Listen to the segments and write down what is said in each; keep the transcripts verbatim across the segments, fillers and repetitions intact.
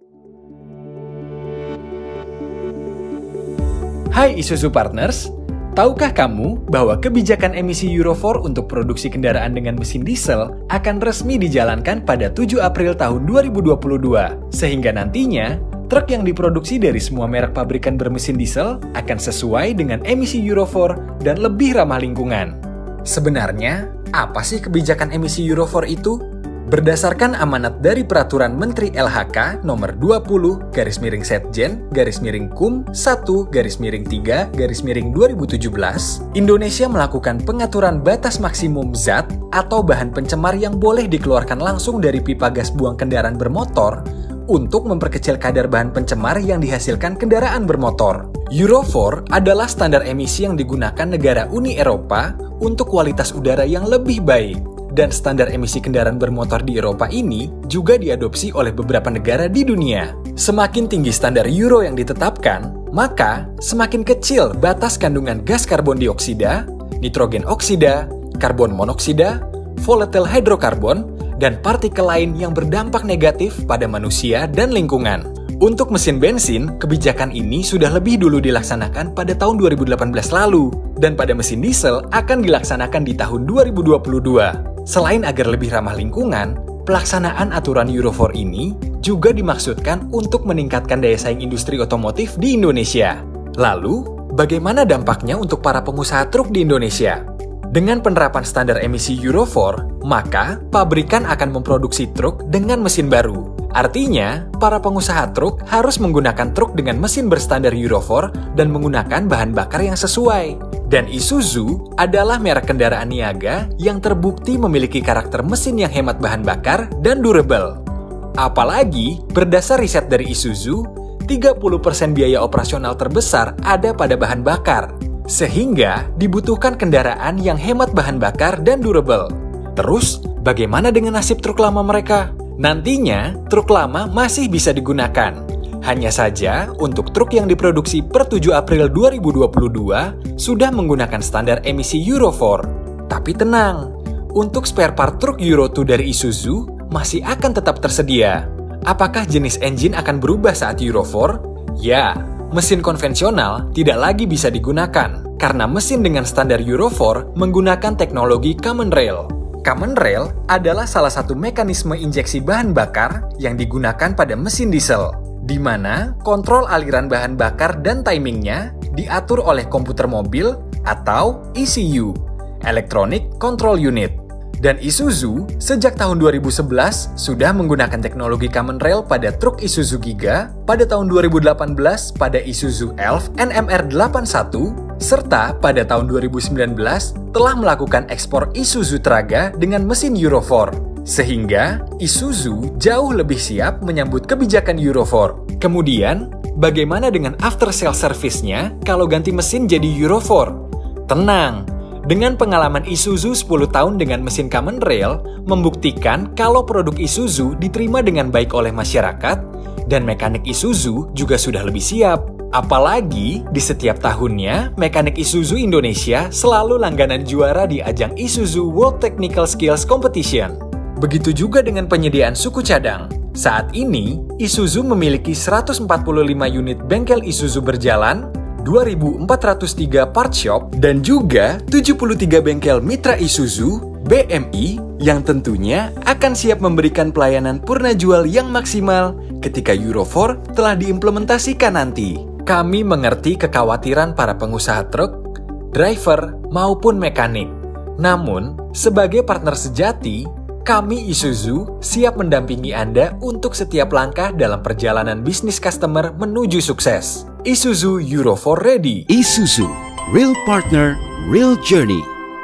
Hai Isuzu Partners, tahukah kamu bahwa kebijakan emisi Euro empat untuk produksi kendaraan dengan mesin diesel akan resmi dijalankan pada tujuh April tahun dua ribu dua puluh dua, sehingga nantinya truk yang diproduksi dari semua merek pabrikan bermesin diesel akan sesuai dengan emisi Euro empat dan lebih ramah lingkungan. Sebenarnya, apa sih kebijakan emisi Euro empat itu? Berdasarkan amanat dari Peraturan Menteri L H K nomor dua puluh garis miring Setjen garis miring Kum satu garis miring tiga garis miring dua ribu tujuh belas, Indonesia melakukan pengaturan batas maksimum zat atau bahan pencemar yang boleh dikeluarkan langsung dari pipa gas buang kendaraan bermotor untuk memperkecil kadar bahan pencemar yang dihasilkan kendaraan bermotor. Euro empat adalah standar emisi yang digunakan negara Uni Eropa untuk kualitas udara yang lebih baik. Dan standar emisi kendaraan bermotor di Eropa ini juga diadopsi oleh beberapa negara di dunia. Semakin tinggi standar Euro yang ditetapkan, maka semakin kecil batas kandungan gas karbon dioksida, nitrogen oksida, karbon monoksida, volatile hidrokarbon, dan partikel lain yang berdampak negatif pada manusia dan lingkungan. Untuk mesin bensin, kebijakan ini sudah lebih dulu dilaksanakan pada tahun dua ribu delapan belas lalu, dan pada mesin diesel akan dilaksanakan di tahun dua ribu dua puluh dua. Selain agar lebih ramah lingkungan, pelaksanaan aturan Euro empat ini juga dimaksudkan untuk meningkatkan daya saing industri otomotif di Indonesia. Lalu, bagaimana dampaknya untuk para pengusaha truk di Indonesia? Dengan penerapan standar emisi Euro empat, maka pabrikan akan memproduksi truk dengan mesin baru. Artinya, para pengusaha truk harus menggunakan truk dengan mesin berstandar Euro empat dan menggunakan bahan bakar yang sesuai. Dan Isuzu adalah merek kendaraan niaga yang terbukti memiliki karakter mesin yang hemat bahan bakar dan durable. Apalagi, berdasar riset dari Isuzu, tiga puluh persen biaya operasional terbesar ada pada bahan bakar. Sehingga dibutuhkan kendaraan yang hemat bahan bakar dan durable. Terus, bagaimana dengan nasib truk lama mereka? Nantinya, truk lama masih bisa digunakan. Hanya saja, untuk truk yang diproduksi per tujuh April dua ribu dua puluh dua sudah menggunakan standar emisi Euro empat. Tapi tenang, untuk spare part truk Euro dua dari Isuzu masih akan tetap tersedia. Apakah jenis engine akan berubah saat Euro empat? Ya, mesin konvensional tidak lagi bisa digunakan karena mesin dengan standar Euro empat menggunakan teknologi common rail. Common rail adalah salah satu mekanisme injeksi bahan bakar yang digunakan pada mesin diesel, di mana kontrol aliran bahan bakar dan timingnya diatur oleh komputer mobil atau E C U, Electronic Control Unit. Dan Isuzu sejak tahun dua ribu sebelas sudah menggunakan teknologi common rail pada truk Isuzu Giga, pada tahun dua ribu delapan belas pada Isuzu Elf N M R delapan puluh satu, serta pada tahun dua ribu sembilan belas telah melakukan ekspor Isuzu Traga dengan mesin Euro empat. Sehingga Isuzu jauh lebih siap menyambut kebijakan Euro empat. Kemudian, bagaimana dengan after sale service-nya kalau ganti mesin jadi Euro empat? Tenang! Dengan pengalaman Isuzu sepuluh tahun dengan mesin common rail, membuktikan kalau produk Isuzu diterima dengan baik oleh masyarakat, dan mekanik Isuzu juga sudah lebih siap. Apalagi, di setiap tahunnya, mekanik Isuzu Indonesia selalu langganan juara di ajang Isuzu World Technical Skills Competition. Begitu juga dengan penyediaan suku cadang. Saat ini, Isuzu memiliki seratus empat puluh lima unit bengkel Isuzu berjalan, dua ribu empat ratus tiga part shop, dan juga tujuh puluh tiga bengkel mitra Isuzu B M I yang tentunya akan siap memberikan pelayanan purna jual yang maksimal ketika Euro empat telah diimplementasikan nanti. Kami mengerti kekhawatiran para pengusaha truk, driver, maupun mekanik. Namun, sebagai partner sejati, kami Isuzu siap mendampingi Anda untuk setiap langkah dalam perjalanan bisnis customer menuju sukses. Isuzu Euro empat Ready. Isuzu, real partner, real journey.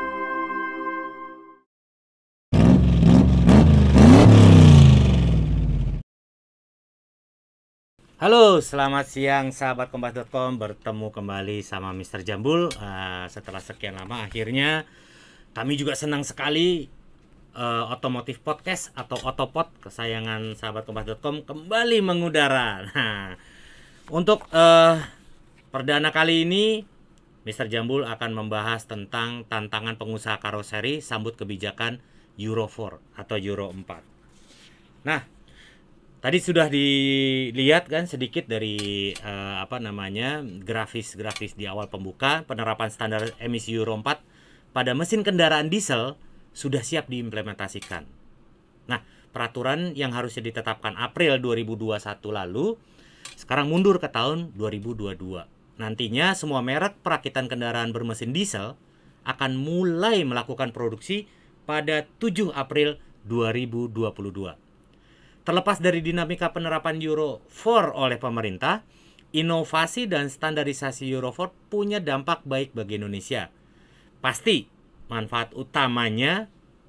Halo, selamat siang sahabat kompas titik com. Bertemu kembali sama mister Jambul. Uh, setelah sekian lama, akhirnya kami juga senang sekali uh, Otomotif Podcast atau Otopod kesayangan sahabat kompas titik com kembali mengudara. Nah, untuk uh, perdana kali ini, mister Jambul akan membahas tentang tantangan pengusaha karoseri sambut kebijakan Euro empat atau Euro empat. Nah, tadi sudah dilihat kan sedikit dari uh, apa namanya grafis-grafis di awal pembuka, penerapan standar emisi Euro empat pada mesin kendaraan diesel sudah siap diimplementasikan. Nah, peraturan yang harusnya ditetapkan April dua ribu dua puluh satu lalu sekarang mundur ke tahun dua ribu dua puluh dua. Nantinya semua merek perakitan kendaraan bermesin diesel akan mulai melakukan produksi pada tujuh April dua ribu dua puluh dua. Terlepas dari dinamika penerapan Euro empat oleh pemerintah, inovasi dan standarisasi Euro empat punya dampak baik bagi Indonesia. Pasti manfaat utamanya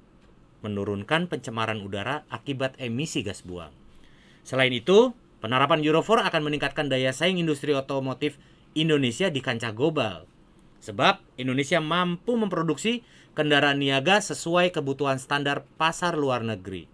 menurunkan pencemaran udara akibat emisi gas buang. Selain itu, penerapan Euro empat akan meningkatkan daya saing industri otomotif Indonesia di kancah global. Sebab Indonesia mampu memproduksi kendaraan niaga sesuai kebutuhan standar pasar luar negeri.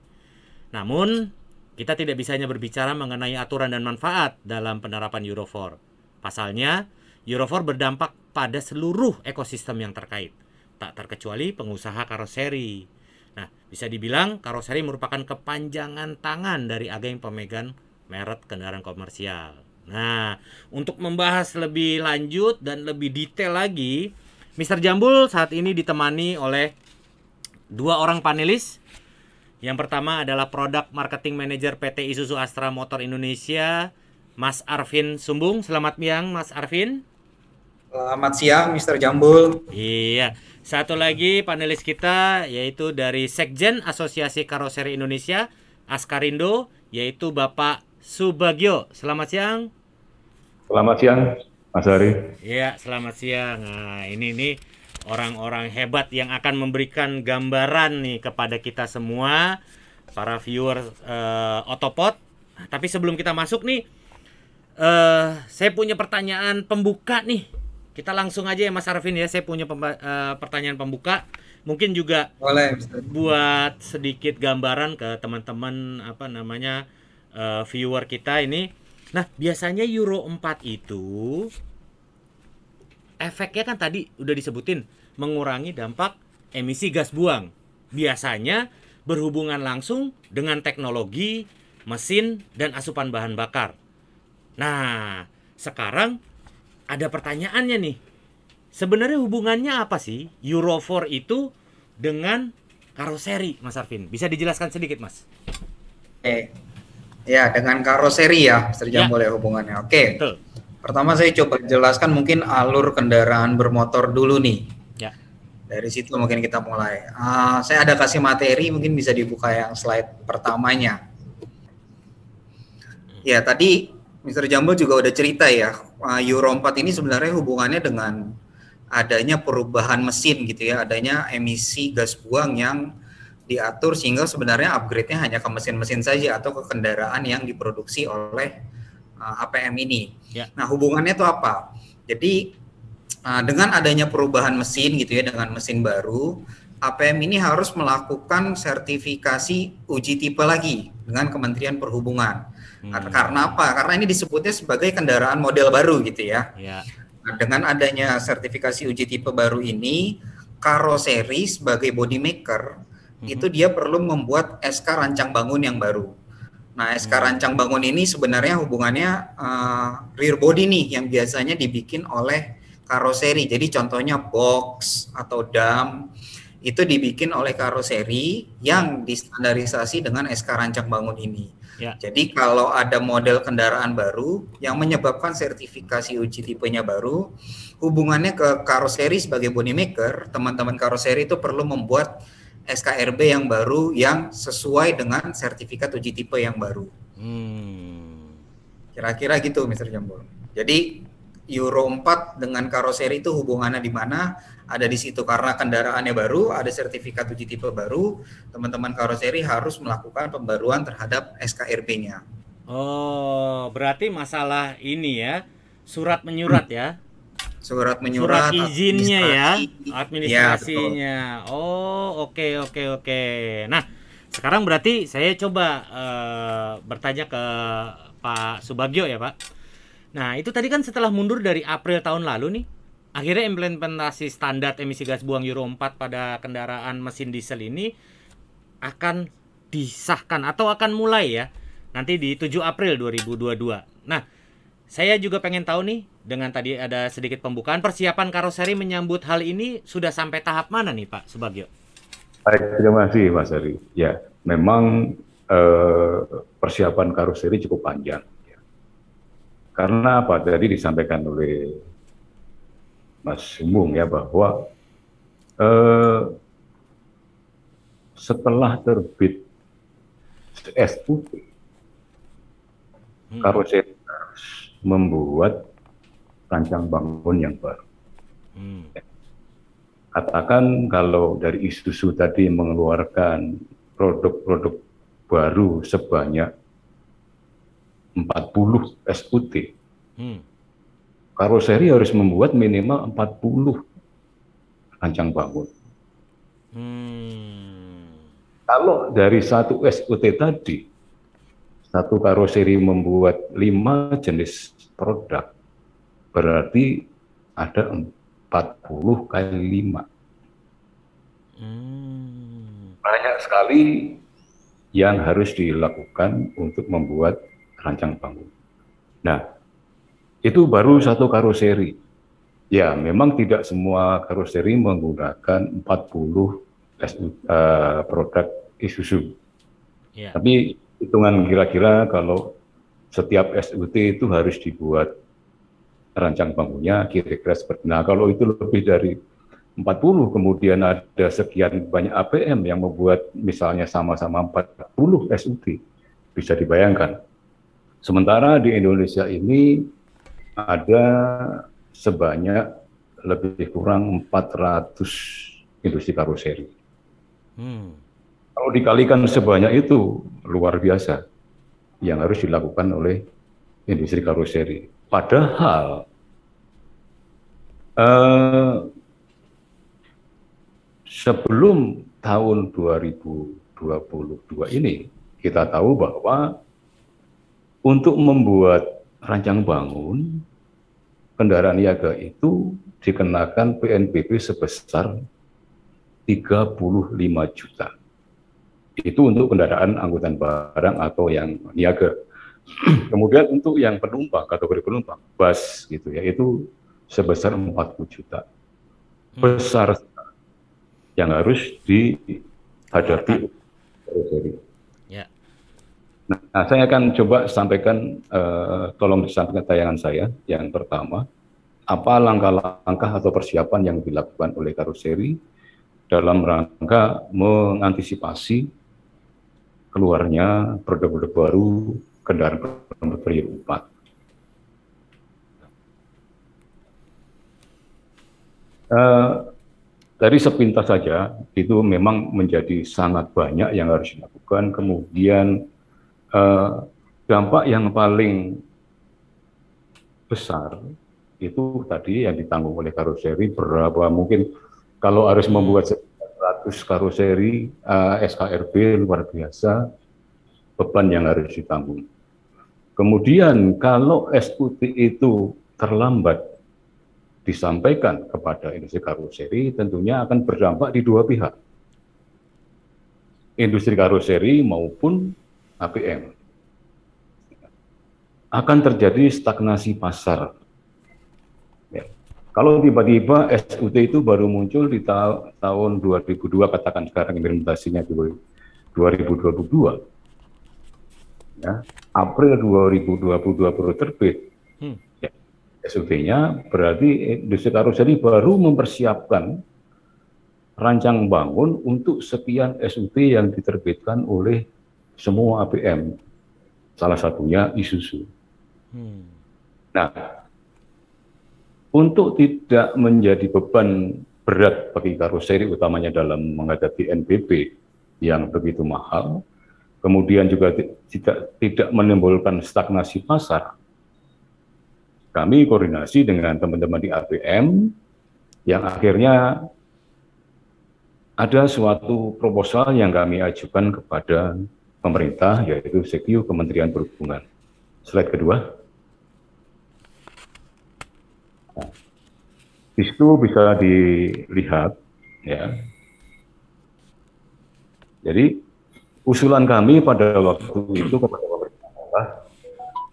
Namun, kita tidak bisa hanya berbicara mengenai aturan dan manfaat dalam penerapan Euro empat. Pasalnya, Euro empat berdampak pada seluruh ekosistem yang terkait, tak terkecuali pengusaha karoseri. Nah, bisa dibilang karoseri merupakan kepanjangan tangan dari agen pemegang merek kendaraan komersial. Nah, untuk membahas lebih lanjut dan lebih detail lagi, mister Jambul saat ini ditemani oleh dua orang panelis. Yang pertama adalah Product Marketing Manager P T Isuzu Astra Motor Indonesia, Mas Arvin Sumbung. Selamat siang, Mas Arvin. Selamat siang, mister Jambul. Iya. Satu lagi panelis kita yaitu dari Sekjen Asosiasi Karoseri Indonesia, Askarindo, yaitu Bapak Subagio. Selamat siang. Selamat siang, Mas Ari. Iya, selamat siang. Nah, ini nih orang-orang hebat yang akan memberikan gambaran nih kepada kita semua, para viewer uh, Otopod. Tapi sebelum kita masuk nih, uh, saya punya pertanyaan pembuka nih. Kita langsung aja ya Mas Arvin ya, saya punya pemba- uh, pertanyaan pembuka. Mungkin juga boleh buat sedikit gambaran ke teman-teman apa namanya uh, viewer kita ini. Nah, biasanya Euro empat itu efeknya kan tadi udah disebutin, mengurangi dampak emisi gas buang. Biasanya berhubungan langsung dengan teknologi, mesin, dan asupan bahan bakar. Nah, sekarang ada pertanyaannya nih. Sebenarnya hubungannya apa sih Euro empat itu dengan karoseri, Mas Arvin? Bisa dijelaskan sedikit, Mas? Oke. Ya, dengan karoseri ya, mister Jambul ya, ya hubungannya. Oke. Betul. Pertama saya coba jelaskan mungkin alur kendaraan bermotor dulu nih. Ya. Dari situ mungkin kita mulai. Uh, saya ada kasih materi, mungkin bisa dibuka yang slide pertamanya. Ya, tadi mister Jambul juga udah cerita ya, uh, Euro empat ini sebenarnya hubungannya dengan adanya perubahan mesin gitu ya, adanya emisi gas buang yang diatur sehingga sebenarnya upgrade-nya hanya ke mesin-mesin saja atau ke kendaraan yang diproduksi oleh A P M ini. Ya. Nah, hubungannya itu apa? Jadi uh, dengan adanya perubahan mesin gitu ya, dengan mesin baru, A P M ini harus melakukan sertifikasi uji tipe lagi dengan Kementerian Perhubungan. Hmm. Karena apa? Karena ini disebutnya sebagai kendaraan model baru gitu ya. Ya. Nah, dengan adanya sertifikasi uji tipe baru ini, karoseri sebagai body maker hmm. itu dia perlu membuat S K rancang bangun yang baru. Nah, S K hmm. rancang bangun ini sebenarnya hubungannya uh, rear body nih yang biasanya dibikin oleh karoseri. Jadi contohnya box atau dam itu dibikin oleh karoseri yang distandarisasi dengan S K rancang bangun ini. Ya. Jadi kalau ada model kendaraan baru yang menyebabkan sertifikasi uji tipenya baru, hubungannya ke karoseri sebagai body maker, teman-teman karoseri itu perlu membuat S K R B yang baru yang sesuai dengan sertifikat uji tipe yang baru. Hmm. Kira-kira gitu, mister Jambul. Jadi Euro empat dengan karoseri itu hubungannya di mana? Ada di situ karena kendaraannya baru, ada sertifikat uji tipe baru, teman-teman karoseri harus melakukan pembaruan terhadap S K R B-nya. Oh, berarti masalah ini ya, surat menyurat hmm. ya? Surat menyurat, surat izinnya ya, administrasinya. Ya, oh, oke okay, oke okay, oke. Okay. Nah, sekarang berarti saya coba uh, bertanya ke Pak Subagio ya, Pak. Nah, itu tadi kan setelah mundur dari April tahun lalu nih, akhirnya implementasi standar emisi gas buang Euro empat pada kendaraan mesin diesel ini akan disahkan atau akan mulai ya. nanti di tujuh April dua ribu dua puluh dua. Nah, saya juga pengen tahu nih, dengan tadi ada sedikit pembukaan, persiapan karoseri menyambut hal ini sudah sampai tahap mana nih Pak Subagio? Baik, terima kasih Mas Ari. Ya, memang eh, persiapan karoseri cukup panjang. Ya. Karena apa? Tadi disampaikan oleh Mas Sumbung ya bahwa eh, setelah terbit S U P, hmm. karoseri harus membuat rancang bangun yang baru. Hmm. Katakan kalau dari Isuzu tadi mengeluarkan produk-produk baru sebanyak empat puluh S U T, hmm. karoseri harus membuat minimal empat puluh rancang bangun. Hmm. Kalau dari satu S U T tadi, satu karoseri membuat lima jenis produk, berarti ada empat puluh kali lima. Hmm. Banyak sekali yang harus dilakukan untuk membuat rancang bangun. Nah, itu baru satu karoseri. Ya, memang tidak semua karoseri menggunakan empat puluh uh, produk Isuzu. Yeah. Tapi hitungan kira-kira kalau setiap S U T itu harus dibuat rancang bangunnya kira-kira seperti. Nah, kalau itu lebih dari empat puluh, kemudian ada sekian banyak A P M yang membuat misalnya sama-sama empat puluh S U T, bisa dibayangkan. Sementara di Indonesia ini ada sebanyak lebih kurang empat ratus industri karoseri. Hmm. Kalau dikalikan sebanyak itu, luar biasa yang harus dilakukan oleh industri karoseri. Padahal eh, sebelum tahun dua ribu dua puluh dua ini, kita tahu bahwa untuk membuat rancang bangun, kendaraan niaga itu dikenakan P N B P sebesar tiga puluh lima juta. Itu untuk kendaraan angkutan barang atau yang niaga. Kemudian untuk yang penumpang, kategori penumpang, bus gitu ya, itu sebesar empat puluh juta. Besar yang harus dihadapi. Ya. Nah, saya akan coba sampaikan, uh, tolong disampaikan tayangan saya. Yang pertama, apa langkah-langkah atau persiapan yang dilakukan oleh karoseri dalam rangka mengantisipasi keluarnya produk-produk baru kendaraan berperiode empat. Uh, dari sepintas saja, itu memang menjadi sangat banyak yang harus dilakukan. Kemudian uh, dampak yang paling besar itu tadi yang ditanggung oleh karoseri, berapa mungkin kalau harus membuat seratus karoseri uh, S K R B, luar biasa beban yang harus ditanggung. Kemudian kalau S U T itu terlambat disampaikan kepada industri karoseri, tentunya akan berdampak di dua pihak, industri karoseri maupun A P M. Akan terjadi stagnasi pasar. Ya. Kalau tiba-tiba S U T itu baru muncul di ta tahun dua ribu dua, katakan sekarang implementasinya di dua ribu dua puluh dua, ya, April dua ribu dua puluh dua baru terbit, hmm. ya, S U T-nya, berarti industri karoseri baru mempersiapkan rancang bangun untuk sekian S U T yang diterbitkan oleh semua A P M, salah satunya Isuzu. Hmm. Nah, untuk tidak menjadi beban berat bagi karoseri, utamanya dalam menghadapi N B P yang begitu mahal, kemudian juga tidak tidak menimbulkan stagnasi pasar, kami koordinasi dengan teman-teman di A P M yang akhirnya ada suatu proposal yang kami ajukan kepada pemerintah, yaitu Sekyu Kementerian Perhubungan. Slide kedua. Nah, di situ bisa dilihat, ya. Jadi usulan kami pada waktu itu kepada pemerintah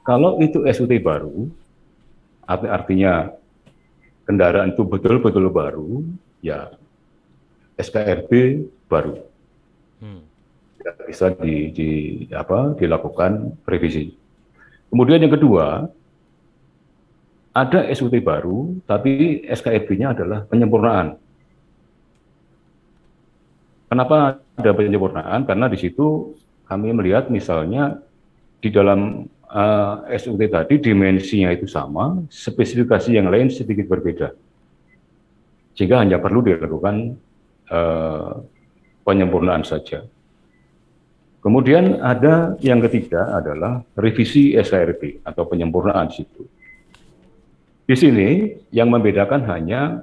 Kalau itu S U T baru, arti- artinya kendaraan itu betul-betul baru, ya S K R B baru. Hmm. Ya, bisa di, di apa dilakukan revisi. Kemudian yang kedua, ada S U T baru, tapi S K R B-nya adalah penyempurnaan. Kenapa ada penyempurnaan? Karena di situ kami melihat misalnya di dalam uh, S U T tadi dimensinya itu sama, spesifikasi yang lain sedikit berbeda. Sehingga hanya perlu dilakukan uh, penyempurnaan saja. Kemudian ada yang ketiga adalah revisi S K R B atau penyempurnaan situ. Di sini yang membedakan hanya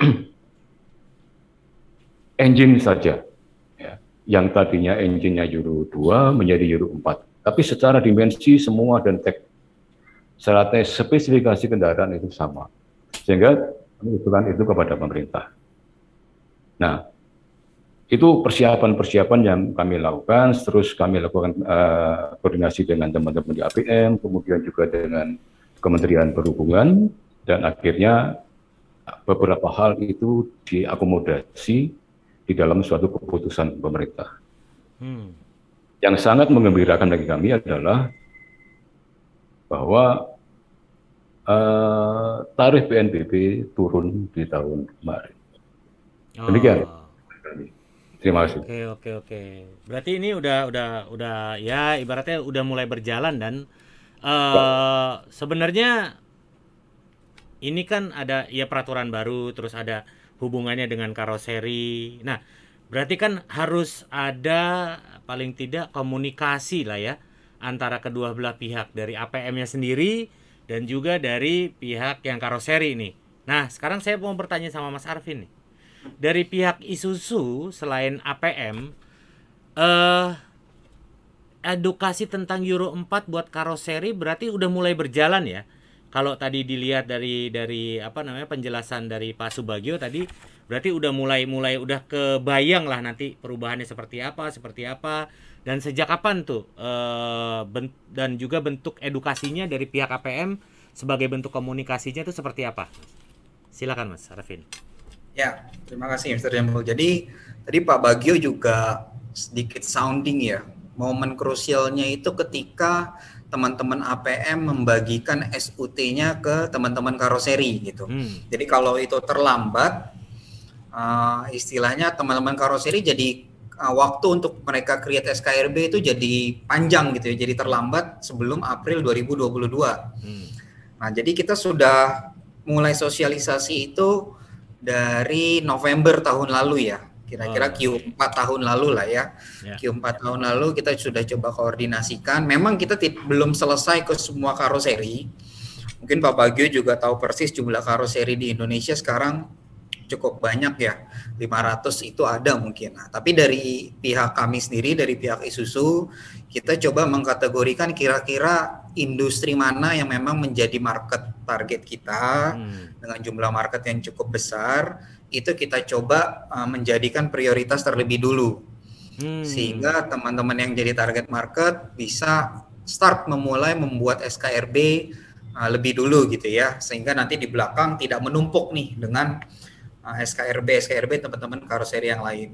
engine saja, ya. Yang tadinya engine-nya Euro dua menjadi Euro empat. Tapi secara dimensi semua dan tek, secara spesifikasi kendaraan itu sama. Sehingga kami usulkan itu kepada pemerintah. Nah, itu persiapan-persiapan yang kami lakukan, terus kami lakukan uh, koordinasi dengan teman-teman di A P M, kemudian juga dengan Kementerian Perhubungan, dan akhirnya beberapa hal itu diakomodasi di dalam suatu keputusan pemerintah. Hmm. Yang sangat menggembirakan bagi kami adalah bahwa uh, tarif P N B B turun di tahun kemarin. Oh. Demikian. Terima kasih. Oke oke oke. Berarti ini udah udah udah ya ibaratnya udah mulai berjalan dan uh, sebenarnya ini kan ada ya peraturan baru, terus ada hubungannya dengan karoseri. Nah, berarti kan harus ada paling tidak komunikasi lah ya antara kedua belah pihak, dari A P M-nya sendiri dan juga dari pihak yang karoseri ini. Nah, sekarang saya mau bertanya sama Mas Arvin nih. Dari pihak Isuzu selain A P M, eh, edukasi tentang Euro empat buat karoseri berarti udah mulai berjalan ya. Kalau tadi dilihat dari dari apa namanya penjelasan dari Pak Subagio tadi, berarti udah mulai mulai udah kebayang lah nanti perubahannya seperti apa, seperti apa, dan sejak kapan tuh eh, ben, dan juga bentuk edukasinya dari pihak A P M sebagai bentuk komunikasinya itu seperti apa? Silakan Mas Arvin. Ya, terima kasih mister Jambul. Jadi tadi Pak Bagio juga sedikit sounding ya, momen krusialnya itu ketika teman-teman A P M membagikan S U T-nya ke teman-teman karoseri gitu. Hmm. Jadi kalau itu terlambat, uh, istilahnya teman-teman karoseri jadi uh, waktu untuk mereka create S K R B itu jadi panjang gitu ya, jadi terlambat sebelum April dua ribu dua puluh dua. Hmm. Nah, jadi kita sudah mulai sosialisasi itu dari November tahun lalu ya, kira-kira Q empat tahun lalu lah ya. ya. Q empat tahun lalu kita sudah coba koordinasikan. Memang kita t- belum selesai ke semua karoseri. Mungkin Pak Bagio juga tahu persis jumlah karoseri di Indonesia sekarang cukup banyak ya, lima ratus itu ada mungkin. Nah, tapi dari pihak kami sendiri, dari pihak Isuzu, kita coba mengkategorikan kira-kira industri mana yang memang menjadi market target kita hmm. dengan jumlah market yang cukup besar, itu kita coba uh, menjadikan prioritas terlebih dulu. Hmm. Sehingga teman-teman yang jadi target market bisa start memulai membuat S K R B uh, lebih dulu gitu ya, sehingga nanti di belakang tidak menumpuk nih dengan S K R B, S K R B teman-teman karoseri yang lain.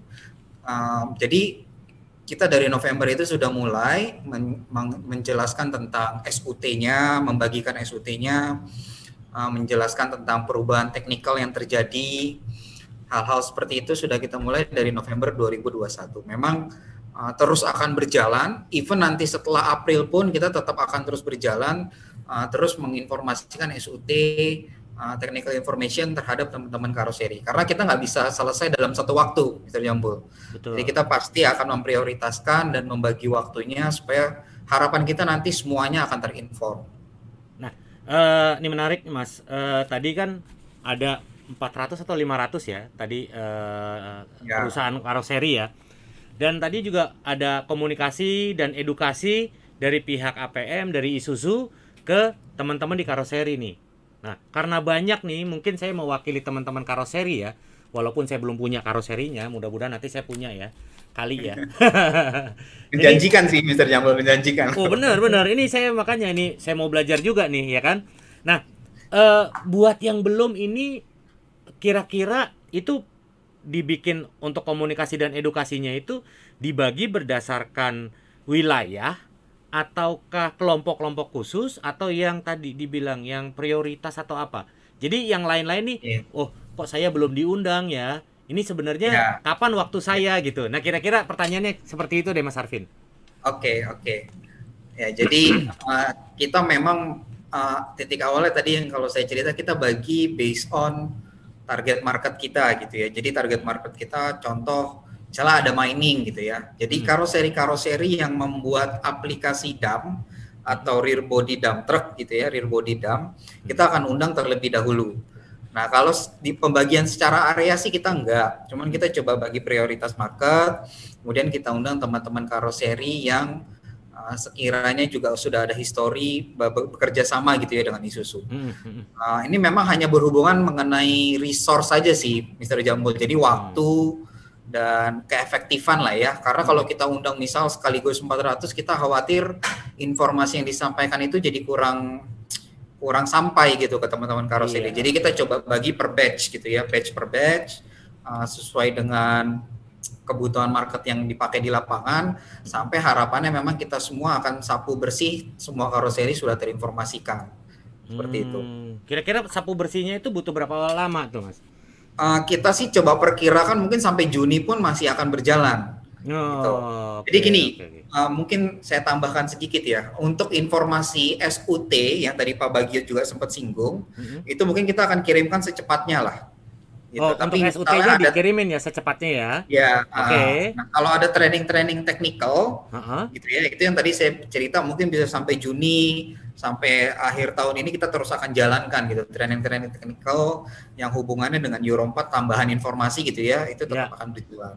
Uh, jadi kita dari November itu sudah mulai men- menjelaskan tentang S U T-nya, membagikan S U T-nya, uh, menjelaskan tentang perubahan teknikal yang terjadi. Hal-hal seperti itu sudah kita mulai dari November dua ribu dua puluh satu. Memang uh, terus akan berjalan, even nanti setelah April pun kita tetap akan terus berjalan, uh, terus menginformasikan S U T, Uh, technical information terhadap teman-teman karoseri, karena kita nggak bisa selesai dalam satu waktu, mister Jambul. Betul. Jadi kita pasti akan memprioritaskan dan membagi waktunya supaya harapan kita nanti semuanya akan terinform. Nah, uh, ini menarik Mas. Uh, tadi kan ada empat ratus atau lima ratus ya tadi uh, ya. perusahaan karoseri ya. Dan tadi juga ada komunikasi dan edukasi dari pihak A P M, dari Isuzu ke teman-teman di karoseri nih. Nah, karena banyak nih, mungkin saya mewakili teman-teman karoseri ya, walaupun saya belum punya karoserinya, mudah-mudahan nanti saya punya ya. kali ya. Menjanjikan sih mister Jambul, menjanjikan. Oh benar benar, ini saya makanya ini saya mau belajar juga nih ya kan. Nah eh, buat yang belum ini kira-kira itu dibikin untuk komunikasi dan edukasinya itu dibagi berdasarkan wilayah ataukah kelompok-kelompok khusus atau yang tadi dibilang yang prioritas atau apa? Jadi yang lain-lain nih, Iya. oh kok saya belum diundang ya? Ini sebenarnya Ya. kapan waktu saya gitu. Nah kira-kira pertanyaannya seperti itu deh Mas Arvin. Oke, oke. Ya, jadi uh, kita memang uh, titik awalnya tadi yang kalau saya cerita kita bagi based on target market kita gitu ya. Jadi target market kita contoh misalnya ada mining gitu ya. Jadi Hmm. karoseri-karoseri yang membuat aplikasi dump atau rear body dump truck gitu ya, rear body dump, kita akan undang terlebih dahulu. Nah, kalau s- di pembagian secara area sih kita enggak, cuman kita coba bagi prioritas market, kemudian kita undang teman-teman karoseri yang uh, sekiranya juga sudah ada histori be- be- bekerja sama gitu ya dengan Isuzu. Hmm, hmm, hmm. Uh, ini memang hanya berhubungan mengenai resource saja sih, mister Jambul. Jadi waktu dan keefektifan lah ya. Karena kalau kita undang misal sekaligus empat ratus, kita khawatir informasi yang disampaikan itu jadi kurang kurang sampai gitu ke teman-teman karoseri. Iya. Jadi kita coba bagi per batch gitu ya, batch per batch uh, sesuai dengan kebutuhan market yang dipakai di lapangan, sampai harapannya memang kita semua akan sapu bersih, semua karoseri sudah terinformasikan. Seperti itu. Hmm, Kira-kira sapu bersihnya itu butuh berapa lama tuh Mas? Uh, kita sih coba perkirakan mungkin sampai Juni pun masih akan berjalan. Oh, Jadi oke, gini, oke, oke. uh, mungkin saya tambahkan sedikit ya, untuk informasi S U T yang tadi Pak Bagio juga sempat singgung, Mhm. itu mungkin kita akan kirimkan secepatnya lah. Gitu. Oh, Tapi untuk S U T-nya misalnya ada, dikirimin ya secepatnya ya. ya, Oke. uh, nah kalau ada training-training technical, Heeh. gitu ya, itu yang tadi saya cerita mungkin bisa sampai Juni, sampai akhir tahun ini kita terus akan jalankan gitu, training-training technical yang hubungannya dengan Euro empat, tambahan informasi gitu ya, itu tetap Ya. akan berjalan.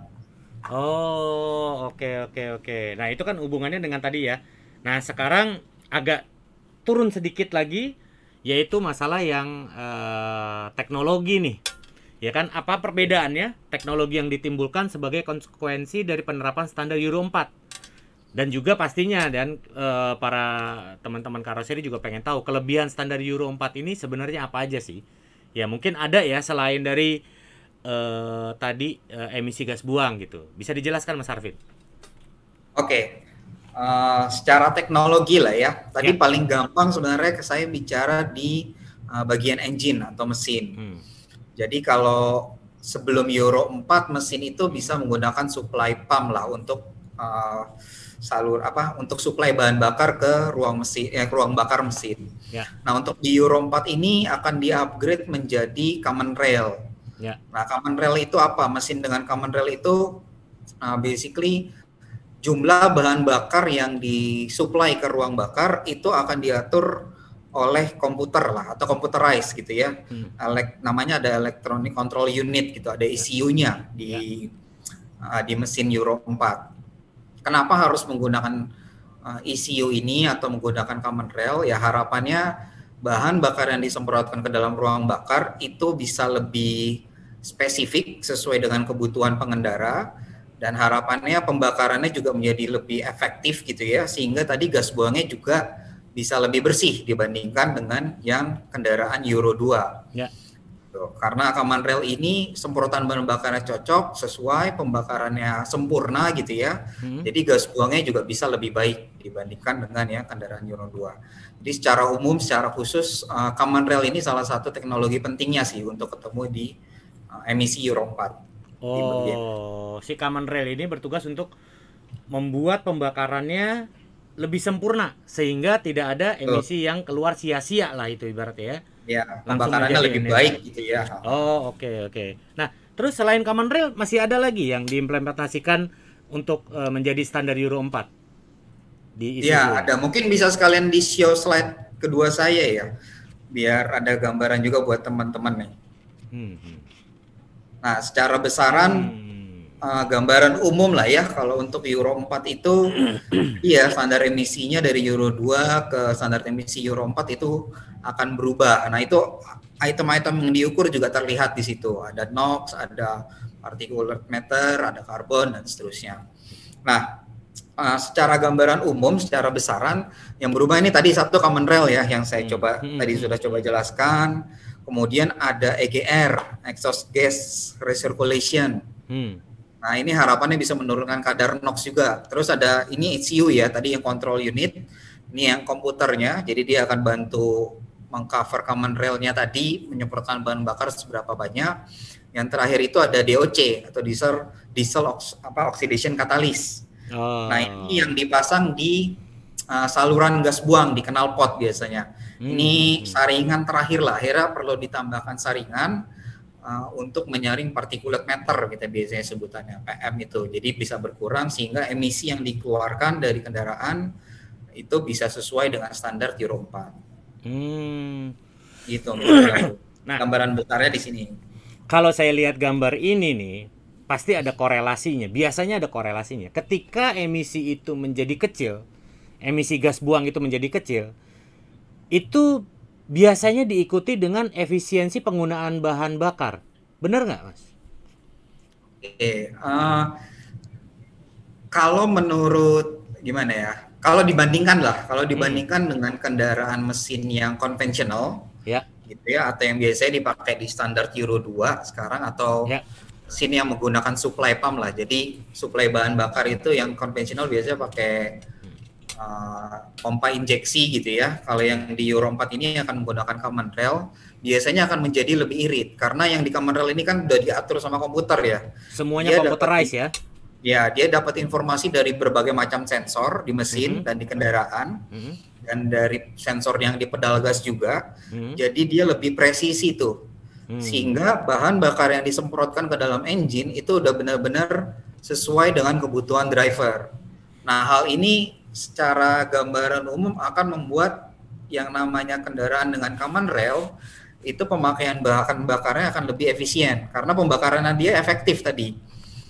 Oh, oke oke oke. Nah, itu kan hubungannya dengan tadi ya. Nah, sekarang agak turun sedikit lagi yaitu masalah yang eh, teknologi nih. Ya kan, apa perbedaannya teknologi yang ditimbulkan sebagai konsekuensi dari penerapan standar Euro empat? Dan juga pastinya dan eh, para teman-teman karoseri juga pengen tahu kelebihan standar Euro empat ini sebenarnya apa aja sih? Ya, mungkin ada ya selain dari eh, tadi eh, emisi gas buang gitu. Bisa dijelaskan Mas Arvin? Oke, eh, secara teknologi lah ya. Tadi Ya. paling gampang sebenarnya saya bicara di eh, bagian engine atau mesin. Hmm. Jadi kalau sebelum Euro empat mesin itu bisa menggunakan supply pump lah untuk eh, salur apa untuk supply bahan bakar ke ruang mesin, eh, ke ruang bakar mesin. Ya. Nah untuk di Euro empat ini akan di-upgrade menjadi common rail. Ya. Nah common rail itu apa? Mesin dengan common rail itu uh, basically jumlah bahan bakar yang disuplai ke ruang bakar itu akan diatur oleh komputer lah atau computerized gitu ya. Hmm. Elek, namanya ada electronic control unit gitu, ada E C U-nya di uh, di mesin Euro empat. Kenapa harus menggunakan uh, E C U ini atau menggunakan common rail? Ya harapannya bahan bakar yang disemprotkan ke dalam ruang bakar itu bisa lebih spesifik sesuai dengan kebutuhan pengendara, dan harapannya pembakarannya juga menjadi lebih efektif gitu ya, sehingga tadi gas buangnya juga bisa lebih bersih dibandingkan dengan yang kendaraan Euro dua. Ya. Tuh, karena common rail ini semprotan bahan bakarnya cocok, sesuai, pembakarannya sempurna gitu ya. Hmm. Jadi gas buangnya juga bisa lebih baik dibandingkan dengan ya kendaraan Euro dua. Jadi secara umum, secara khusus uh, common rail ini salah satu teknologi pentingnya sih untuk ketemu di uh, emisi Euro empat. Di bagian- Oh, si common rail ini bertugas untuk membuat pembakarannya lebih sempurna sehingga tidak ada emisi yang keluar sia-sia lah itu ibaratnya ya. Ya, Langsung pembakarannya menjadi lebih energi. baik gitu ya. Oh, oke oke. Nah, terus selain common rail masih ada lagi yang diimplementasikan untuk eh, menjadi standar Euro empat di Isuzu. Ya, ada. Mungkin bisa sekalian di show slide kedua saya ya, biar ada gambaran juga buat teman-teman nih. Hmm, hmm. Nah, secara besaran Hmm. uh, gambaran umum lah ya, kalau untuk Euro empat itu iya standar emisinya dari Euro dua ke standar emisi Euro empat itu akan berubah. Nah, itu item-item yang diukur juga terlihat di situ. Ada NOx, ada particulate matter, ada karbon dan seterusnya. Nah, uh, secara gambaran umum, secara besaran yang berubah ini tadi satu common rail ya yang saya Hmm. coba Hmm. tadi sudah coba jelaskan. Kemudian ada E G R, exhaust gas recirculation. Hmm. Nah, ini harapannya bisa menurunkan kadar NOx juga. Terus ada ini E C U ya, tadi yang control unit. Ini yang komputernya, jadi dia akan bantu mengcover common rail-nya tadi, menyemprotkan bahan bakar seberapa banyak. Yang terakhir itu ada D O C atau diesel diesel ox, apa oxidation catalyst. Oh. Nah, ini yang dipasang di uh, saluran gas buang di knalpot biasanya. Hmm. Ini saringan terakhir lah, akhirnya perlu ditambahkan saringan uh, untuk menyaring particulate matter, kita biasanya sebutannya P M itu. Jadi bisa berkurang sehingga emisi yang dikeluarkan dari kendaraan itu bisa sesuai dengan standar Euro empat. Hmm. Gitu. Nah, gambaran besarnya di sini. Kalau saya lihat gambar ini nih, pasti ada korelasinya. Biasanya ada korelasinya. Ketika emisi itu menjadi kecil, emisi gas buang itu menjadi kecil, itu biasanya diikuti dengan efisiensi penggunaan bahan bakar. Benar nggak, Mas? Oke, uh, kalau menurut gimana ya? Kalau dibandingkan lah, kalau dibandingkan hmm. dengan kendaraan mesin yang konvensional, ya, gitu ya, atau yang biasanya dipakai di standar Euro dua sekarang, atau ya. mesin yang menggunakan supply pump lah. Jadi supply bahan bakar itu yang konvensional biasanya pakai uh, pompa injeksi gitu ya. Kalau yang di Euro empat ini akan menggunakan common rail, biasanya akan menjadi lebih irit karena yang di common rail ini kan udah diatur sama komputer ya. Semuanya computerized ya. Ya, dia dapat informasi dari berbagai macam sensor di mesin mm-hmm. dan di kendaraan, mm-hmm. dan dari sensor yang di pedal gas juga. Mm-hmm. Jadi dia lebih presisi tuh, mm-hmm. sehingga bahan bakar yang disemprotkan ke dalam engine itu udah benar-benar sesuai dengan kebutuhan driver. Nah, hal ini secara gambaran umum akan membuat yang namanya kendaraan dengan common rail itu pemakaian bahan bakarnya akan lebih efisien karena pembakarannya dia efektif tadi.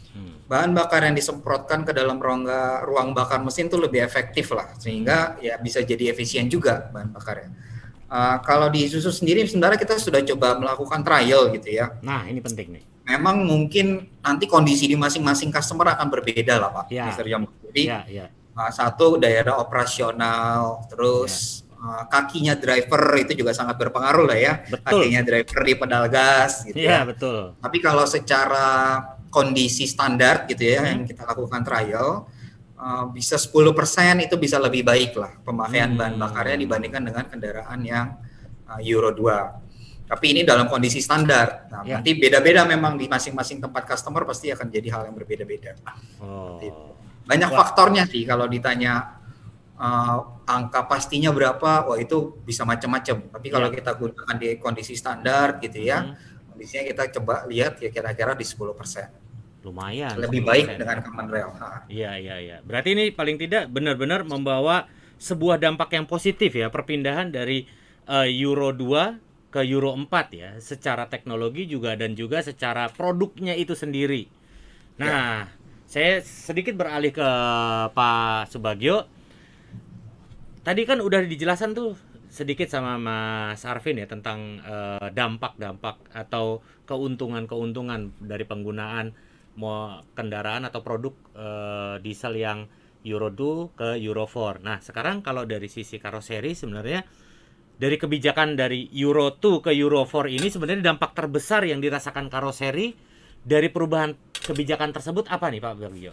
Bahan bakar yang disemprotkan ke dalam rongga ruang bakar mesin itu lebih efektif lah, sehingga ya bisa jadi efisien juga bahan bakarnya. Uh, kalau di Isuzu sendiri sebenarnya kita sudah coba melakukan trial gitu ya. Nah, ini penting nih. Memang mungkin nanti kondisi di masing-masing customer akan berbeda lah Pak, ya. mister Jam. Jadi ya, ya. Uh, satu daerah operasional, terus ya. uh, kakinya driver itu juga sangat berpengaruh lah ya. Betul. Kakinya driver di pedal gas gitu ya. ya. Betul. Tapi kalau secara kondisi standar gitu ya, hmm. yang kita lakukan trial, uh, bisa sepuluh persen itu bisa lebih baik lah pemakaian hmm. bahan bakarnya dibandingkan dengan kendaraan yang uh, Euro dua. Tapi ini dalam kondisi standar. Nah, ya. Nanti beda-beda memang di masing-masing tempat customer pasti akan jadi hal yang berbeda-beda. Oh. Banyak Wah. faktornya sih kalau ditanya uh, angka pastinya berapa, wah itu bisa macam-macam. Tapi kalau ya. kita gunakan di kondisi standar gitu ya, hmm. kondisinya kita coba lihat ya kira-kira di sepuluh persen. Lumayan. Lebih baik dengan common rail. Iya, iya, iya. Berarti ini paling tidak benar-benar membawa sebuah dampak yang positif ya, perpindahan dari uh, Euro dua ke Euro empat ya, secara teknologi juga dan juga secara produknya itu sendiri. Nah, ya. saya sedikit beralih ke Pak Subagio. Tadi kan udah dijelaskan tuh sedikit sama Mas Arvin ya tentang uh, dampak-dampak atau keuntungan-keuntungan dari penggunaan mau kendaraan atau produk uh, diesel yang Euro dua ke Euro empat. Nah, sekarang kalau dari sisi karoseri sebenarnya dari kebijakan dari Euro dua ke Euro empat ini sebenarnya dampak terbesar yang dirasakan karoseri dari perubahan kebijakan tersebut apa nih Pak Bagio?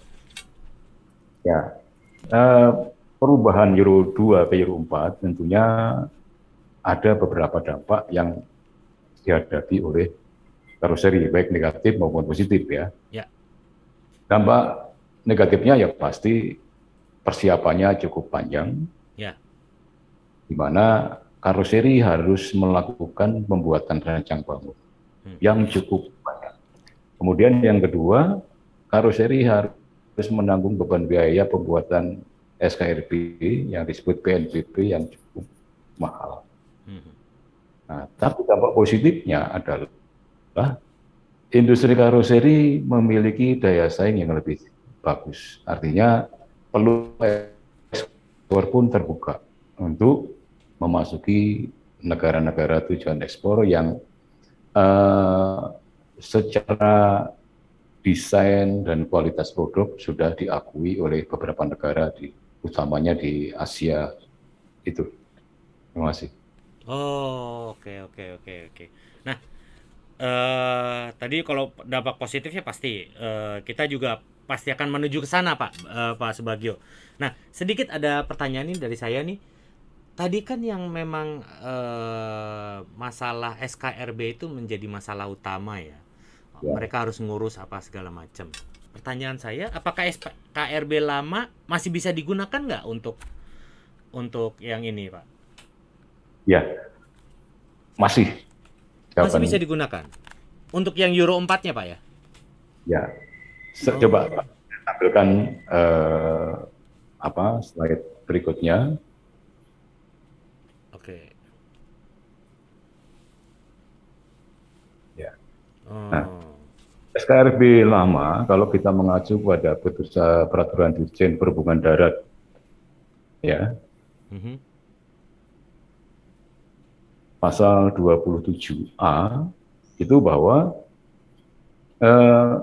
Ya, uh, perubahan Euro dua ke Euro empat tentunya ada beberapa dampak yang dihadapi oleh karoseri, baik negatif maupun positif ya. Ya. Dampak negatifnya ya pasti persiapannya cukup panjang. Ya. Di mana karoseri harus melakukan pembuatan rancang bangun hmm. yang cukup banyak. Kemudian yang kedua, karoseri harus menanggung beban biaya pembuatan S K R P yang disebut P N B P yang cukup mahal. Hmm. Nah, tapi dampak positifnya adalah industri karoseri memiliki daya saing yang lebih bagus. Artinya peluang ekspor pun terbuka untuk memasuki negara-negara tujuan ekspor yang uh, secara desain dan kualitas produk sudah diakui oleh beberapa negara, di, utamanya di Asia itu. Terima kasih. Oh, oke oke oke oke. Nah, eh tadi kalau dampak positifnya pasti eh, kita juga pasti akan menuju ke sana, Pak eh, Pak Subagio. Nah, sedikit ada pertanyaan ini dari saya nih. Tadi kan yang memang eh, masalah S K R B itu menjadi masalah utama ya. Ya. Mereka harus ngurus apa segala macam. Pertanyaan saya, apakah S K R B lama masih bisa digunakan nggak untuk untuk yang ini, Pak? Ya, masih. Masih Jawaban- bisa digunakan. Untuk yang Euro empat-nya, Pak ya? Ya, Se- Oh. coba Pak, tampilkan eh, apa slide berikutnya. Oke. Ya. Oh. Nah. S K R B lama, kalau kita mengacu pada putusan peraturan Dirjen Perhubungan Darat, ya, Mhm. pasal dua puluh tujuh A itu bahwa eh,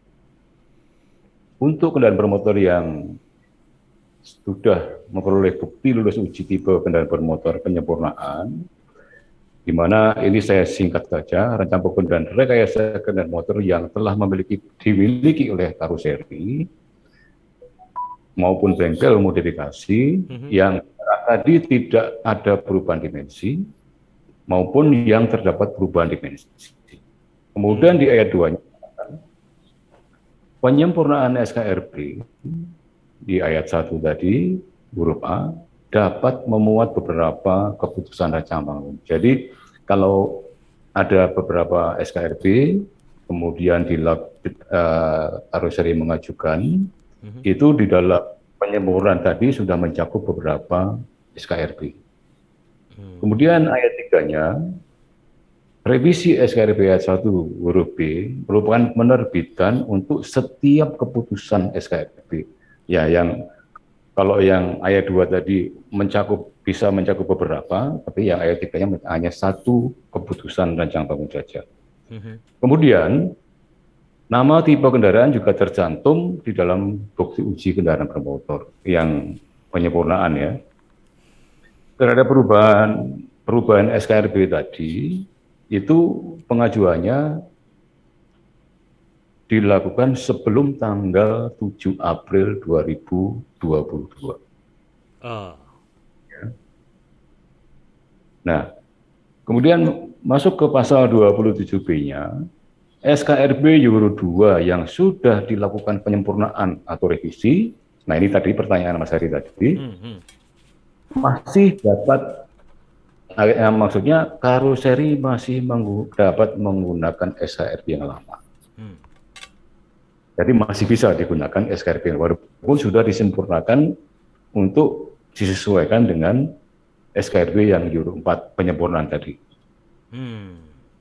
untuk kendaraan bermotor yang sudah memperoleh bukti lulus uji tipe kendaraan bermotor penyempurnaan, di mana ini saya singkat saja, rencana pokok dan rekayasa kendaraan motor yang telah memiliki dimiliki oleh karoseri maupun bengkel modifikasi Mhm. yang tadi tidak ada perubahan dimensi maupun yang terdapat perubahan dimensi. Kemudian di ayat dua-nya penyempurnaan S K R B di ayat satu tadi huruf A dapat memuat beberapa keputusan rancangan bangun. Jadi kalau ada beberapa S K R B kemudian di uh, karoseri mengajukan, Mhm. itu di dalam penyempurnaan tadi sudah mencakup beberapa S K R B. Hmm. Kemudian ayat tiganya, revisi S K R B ayat satu huruf B merupakan penerbitan untuk setiap keputusan S K R B. Ya, yang kalau yang ayat dua tadi mencakup bisa mencakup beberapa, tapi yang ayat tiganya hanya satu keputusan rancangan bangun saja. Mhm. Kemudian nama tipe kendaraan juga tercantum di dalam bukti uji kendaraan bermotor yang penyempurnaan ya. Terhadap perubahan perubahan S K R B tadi itu pengajuannya dilakukan sebelum tanggal tujuh April dua ribu dua puluh dua. Oh. Nah, kemudian masuk ke pasal dua puluh tujuh B-nya, S K R B Euro dua yang sudah dilakukan penyempurnaan atau revisi, nah ini tadi pertanyaan Mas Heri tadi, Mhm. masih dapat, eh, maksudnya karoseri masih menggu, dapat menggunakan S K R B yang lama. Hmm. Jadi masih bisa digunakan S K R B yang baru, pun sudah disempurnakan untuk disesuaikan dengan S K R B yang Euro empat penyempurnaan tadi. Hmm.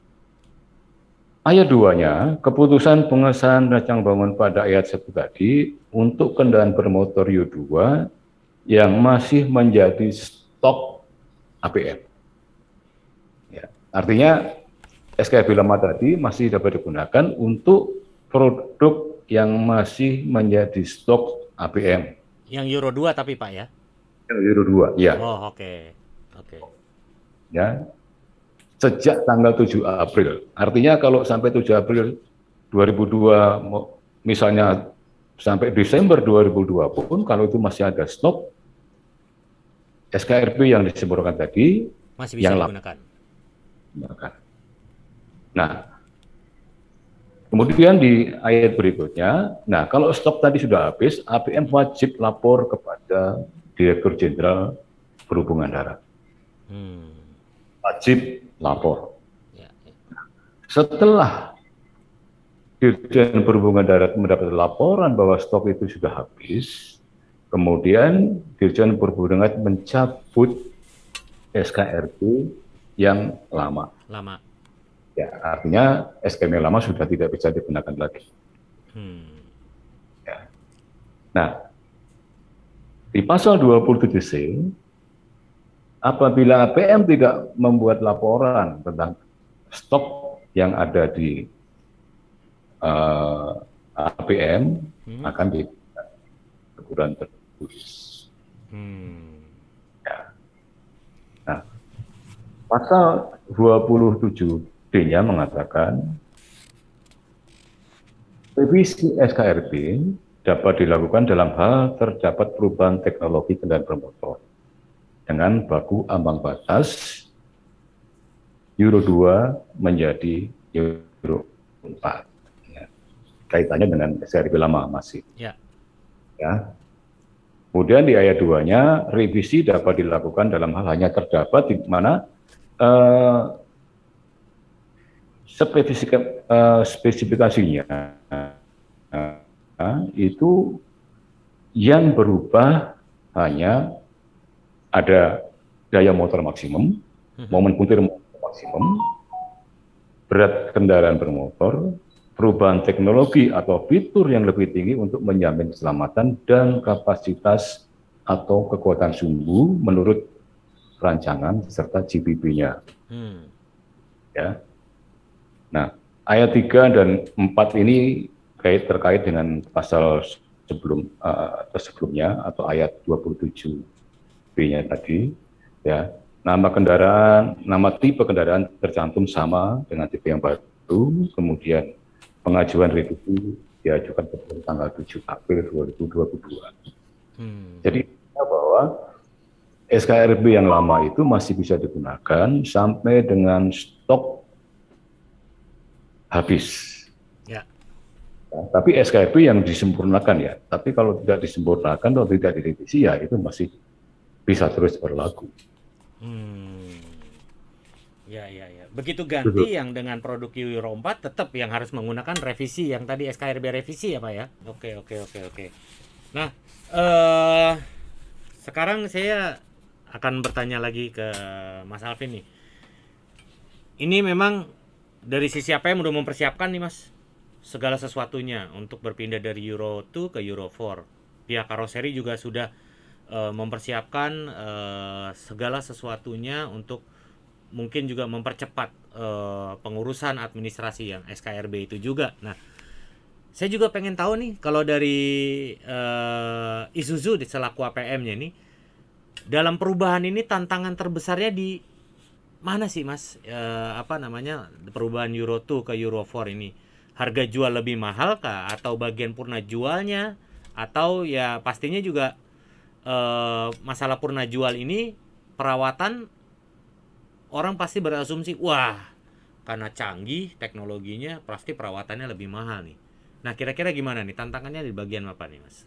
Ayat dua-nya, keputusan pengesahan rancangan bangun pada ayat satu tadi untuk kendaraan bermotor Euro dua yang masih menjadi stok A B M. Ya, artinya S K R B lama tadi masih dapat digunakan untuk produk yang masih menjadi stok A B M. Yang Euro dua tapi Pak ya? Euro dua, ya. Oh, oke. Oke. Ya. Sejak tanggal tujuh April. Artinya kalau sampai tujuh April dua ribu dua, misalnya sampai Desember dua ribu dua pun, kalau itu masih ada stok, S K R B yang disempurnakan tadi, Masih bisa yang digunakan. lama. Nah, kemudian di ayat berikutnya, nah kalau stok tadi sudah habis, A B M wajib lapor kepada Direktur Jenderal Perhubungan Darat. Hmm. Wajib lapor. Ya, ya. Setelah Dirjen Perhubungan Darat mendapat laporan bahwa stok itu sudah habis, kemudian Dirjen Perhubungan Darat mencabut S K R B yang lama. Lama. Ya, artinya S K R B yang lama sudah tidak bisa digunakan lagi. Hmm. Ya. Nah, di pasal dua puluh tujuh C, apabila A B M tidak membuat laporan tentang stok yang ada di uh, A P M Hmm. akan di teguran tertulis. Hmm. Ya. Nah, pasal dua puluh tujuh D-nya mengatakan revisi S K R B dapat dilakukan dalam hal terdapat perubahan teknologi kendaraan bermotor dengan baku ambang batas Euro dua menjadi Euro empat. Ya. Kaitannya dengan S K R B lama masih. Ya. Ya. Kemudian di ayat dua-nya, revisi dapat dilakukan dalam hal hanya terdapat di mana uh, spesifika, uh, spesifikasinya uh, itu yang berubah hanya ada daya motor maksimum, momen puntir maksimum, berat kendaraan bermotor, perubahan teknologi atau fitur yang lebih tinggi untuk menjamin keselamatan dan kapasitas atau kekuatan sumbu menurut rancangan serta G B B-nya. Hmm. Ya. Nah, ayat tiga dan empat ini kait terkait dengan pasal sebelum uh, atau sebelumnya atau ayat dua puluh tujuh B-nya tadi, ya. Nama kendaraan, nama tipe kendaraan tercantum sama dengan tipe yang baru, kemudian pengajuan revisi diajukan pada tanggal tujuh April dua ribu dua puluh dua. Hmm. Jadi bahwa S K R B yang lama itu masih bisa digunakan sampai dengan stok habis. Ya. Ya, tapi S K R B yang disempurnakan ya. Tapi kalau tidak disempurnakan atau tidak direvisi ya itu masih bisa terus berlaku. Hmm. Ya, ya, ya. Begitu ganti Betul. Yang dengan produk Euro empat tetap yang harus menggunakan revisi yang tadi S K R B revisi ya Pak ya. Oke, oke, oke, oke. Nah, eh, sekarang saya akan bertanya lagi ke Mas Alvin nih. Ini memang dari sisi apa yang udah mempersiapkan nih Mas segala sesuatunya untuk berpindah dari Euro dua ke Euro empat. Pihak karoseri juga sudah uh, mempersiapkan uh, segala sesuatunya untuk mungkin juga mempercepat uh, pengurusan administrasi yang S K R B itu juga. Nah, saya juga pengen tahu nih kalau dari uh, Isuzu selaku A P M-nya nih dalam perubahan ini tantangan terbesarnya di mana sih Mas? E, apa namanya perubahan Euro dua ke Euro empat ini? Harga jual lebih mahal kah? Atau bagian purna jualnya? Atau ya pastinya juga e, masalah purna jual ini perawatan orang pasti berasumsi wah karena canggih teknologinya pasti perawatannya lebih mahal nih. Nah kira-kira gimana nih tantangannya di bagian apa nih Mas?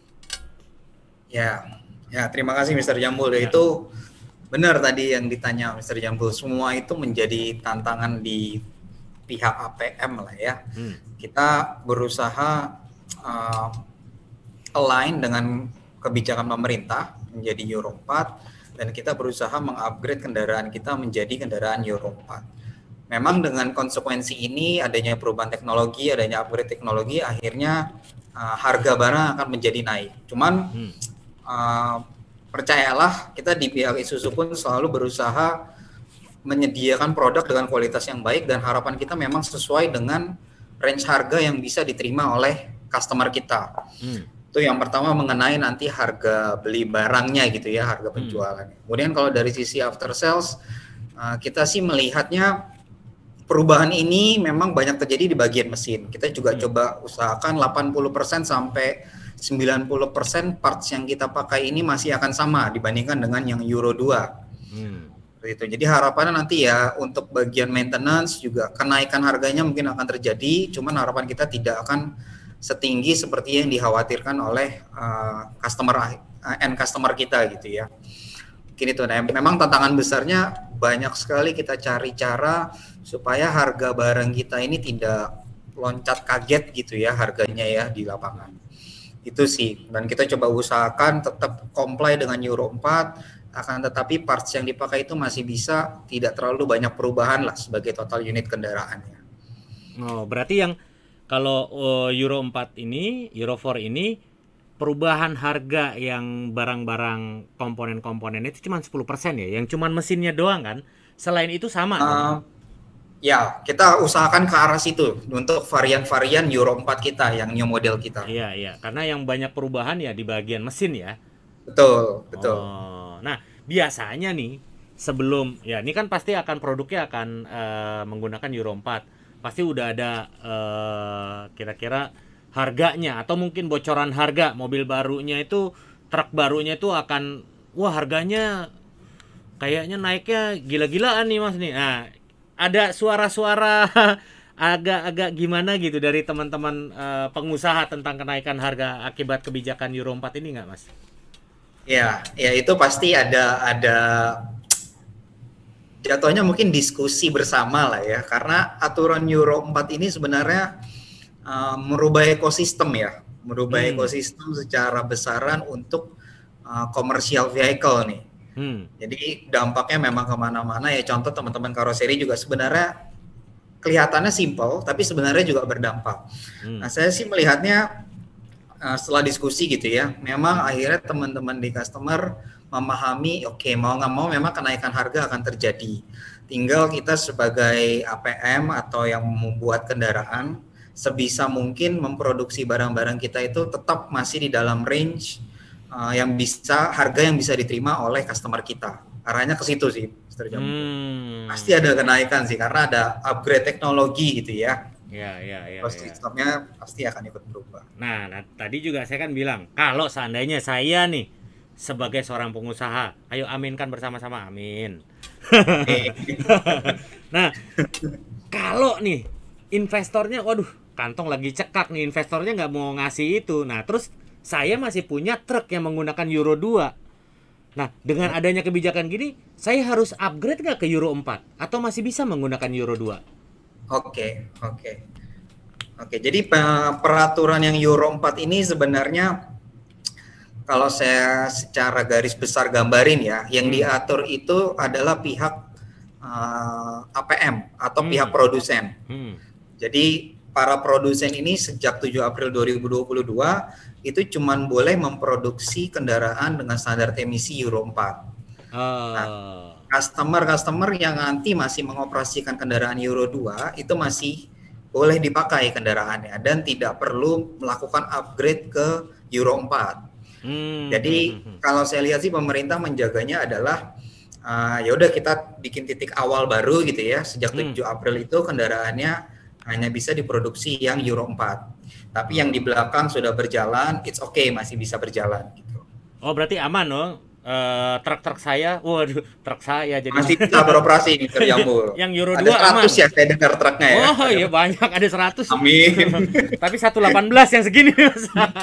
Ya, ya terima kasih Mister Jambul. Ya. Itu benar tadi yang ditanya Mister Jambul, semua itu menjadi tantangan di pihak A P M lah ya. Hmm. Kita berusaha uh, align dengan kebijakan pemerintah menjadi Euro empat dan kita berusaha mengupgrade kendaraan kita menjadi kendaraan Euro empat. Memang dengan konsekuensi ini adanya perubahan teknologi, adanya upgrade teknologi, akhirnya uh, harga barang akan menjadi naik. Cuman hmm. uh, percayalah kita di pihak Isuzu pun selalu berusaha menyediakan produk dengan kualitas yang baik dan harapan kita memang sesuai dengan range harga yang bisa diterima oleh customer kita. Hmm. Itu yang pertama mengenai nanti harga beli barangnya gitu ya, harga penjualan. Hmm. Kemudian kalau dari sisi after sales, kita sih melihatnya perubahan ini memang banyak terjadi di bagian mesin. Kita juga hmm. coba usahakan delapan puluh persen sampai sembilan puluh persen parts yang kita pakai ini masih akan sama dibandingkan dengan yang Euro dua. Hmm. Itu. Jadi harapannya nanti ya untuk bagian maintenance juga kenaikan harganya mungkin akan terjadi, cuman harapan kita tidak akan setinggi seperti yang dikhawatirkan oleh uh, customer uh, end customer kita gitu ya. Mungkin itu. Nah, memang tantangan besarnya banyak sekali kita cari cara supaya harga barang kita ini tidak loncat kaget gitu ya harganya ya di lapangan. Itu sih, dan kita coba usahakan tetap comply dengan Euro empat, akan tetapi parts yang dipakai itu masih bisa tidak terlalu banyak perubahan lah sebagai total unit kendaraannya. Oh, berarti yang kalau uh, Euro empat ini, Euro empat ini perubahan harga yang barang-barang komponen-komponen itu cuma sepuluh persen ya, yang cuma mesinnya doang kan? Selain itu sama? Uh, Ya, kita usahakan ke arah situ untuk varian-varian Euro empat kita yang new model kita. Iya, iya. Karena yang banyak perubahan ya di bagian mesin ya. Betul, betul. Oh, nah biasanya nih sebelum ya ini kan pasti akan produknya akan eh, menggunakan Euro empat. Pasti udah ada eh, kira-kira harganya atau mungkin bocoran harga mobil barunya itu, truk barunya itu akan wah harganya kayaknya naiknya gila-gilaan nih Mas nih. Nah, ada suara-suara agak-agak gimana gitu dari teman-teman eh, pengusaha tentang kenaikan harga akibat kebijakan Euro empat ini nggak Mas? Ya, ya itu pasti ada ada jatuhnya mungkin diskusi bersama lah ya, karena aturan Euro empat ini sebenarnya uh, merubah ekosistem ya, merubah Hmm. ekosistem secara besaran untuk uh, commercial vehicle nih. Hmm. Jadi dampaknya memang kemana-mana ya. Contoh teman-teman karoseri juga sebenarnya kelihatannya simple, tapi sebenarnya juga berdampak. Hmm. Nah, saya sih melihatnya uh, setelah diskusi gitu ya, memang akhirnya teman-teman di customer memahami, oke okay, mau nggak mau memang kenaikan harga akan terjadi. Tinggal kita sebagai A P M atau yang membuat kendaraan sebisa mungkin memproduksi barang-barang kita itu tetap masih di dalam range uh, yang bisa, harga yang bisa diterima oleh customer kita. Arahnya ke situ sih, mister Jamu. Hmm. Pasti ada kenaikan sih karena ada upgrade teknologi gitu ya. Ya, ya, ya, Cost ya. sistemnya pasti akan ikut berubah. Nah, nah, tadi juga saya kan bilang, kalau seandainya saya nih sebagai seorang pengusaha, ayo aminkan bersama-sama, amin. Nah, kalau nih investornya, waduh, kantong lagi cekak nih, investornya nggak mau ngasih itu. Nah, terus saya masih punya truk yang menggunakan Euro dua. Nah, dengan adanya kebijakan gini, saya harus upgrade nggak ke Euro empat? Atau masih bisa menggunakan Euro dua? Oke, oke. Oke, jadi pe- peraturan yang Euro empat ini sebenarnya kalau saya secara garis besar gambarin ya, yang Hmm. diatur itu adalah pihak uh, A P M atau Hmm. pihak produsen. Hmm. Jadi para produsen ini sejak tujuh April dua ribu dua puluh dua itu cuman boleh memproduksi kendaraan dengan standar emisi Euro empat. Oh. Customer-customer yang nanti masih mengoperasikan kendaraan Euro dua itu masih boleh dipakai kendaraannya dan tidak perlu melakukan upgrade ke Euro empat. Hmm. Jadi Hmm, hmm, hmm. kalau saya lihat sih pemerintah menjaganya adalah uh, ya udah kita bikin titik awal baru gitu ya. Sejak Hmm. tujuh April itu kendaraannya hanya bisa diproduksi yang Euro empat. Tapi yang di belakang sudah berjalan, it's okay, masih bisa berjalan gitu. Oh, berarti aman dong. Eh, truk-truk saya, waduh, truk saya jadi Masih bisa beroperasi nih Jambul. Yang Euro Ada dua seratus aman. ya saya dengar truknya ya. Oh iya banyak, ada seratus. Amin. Tapi seratus delapan belas yang segini. Mas.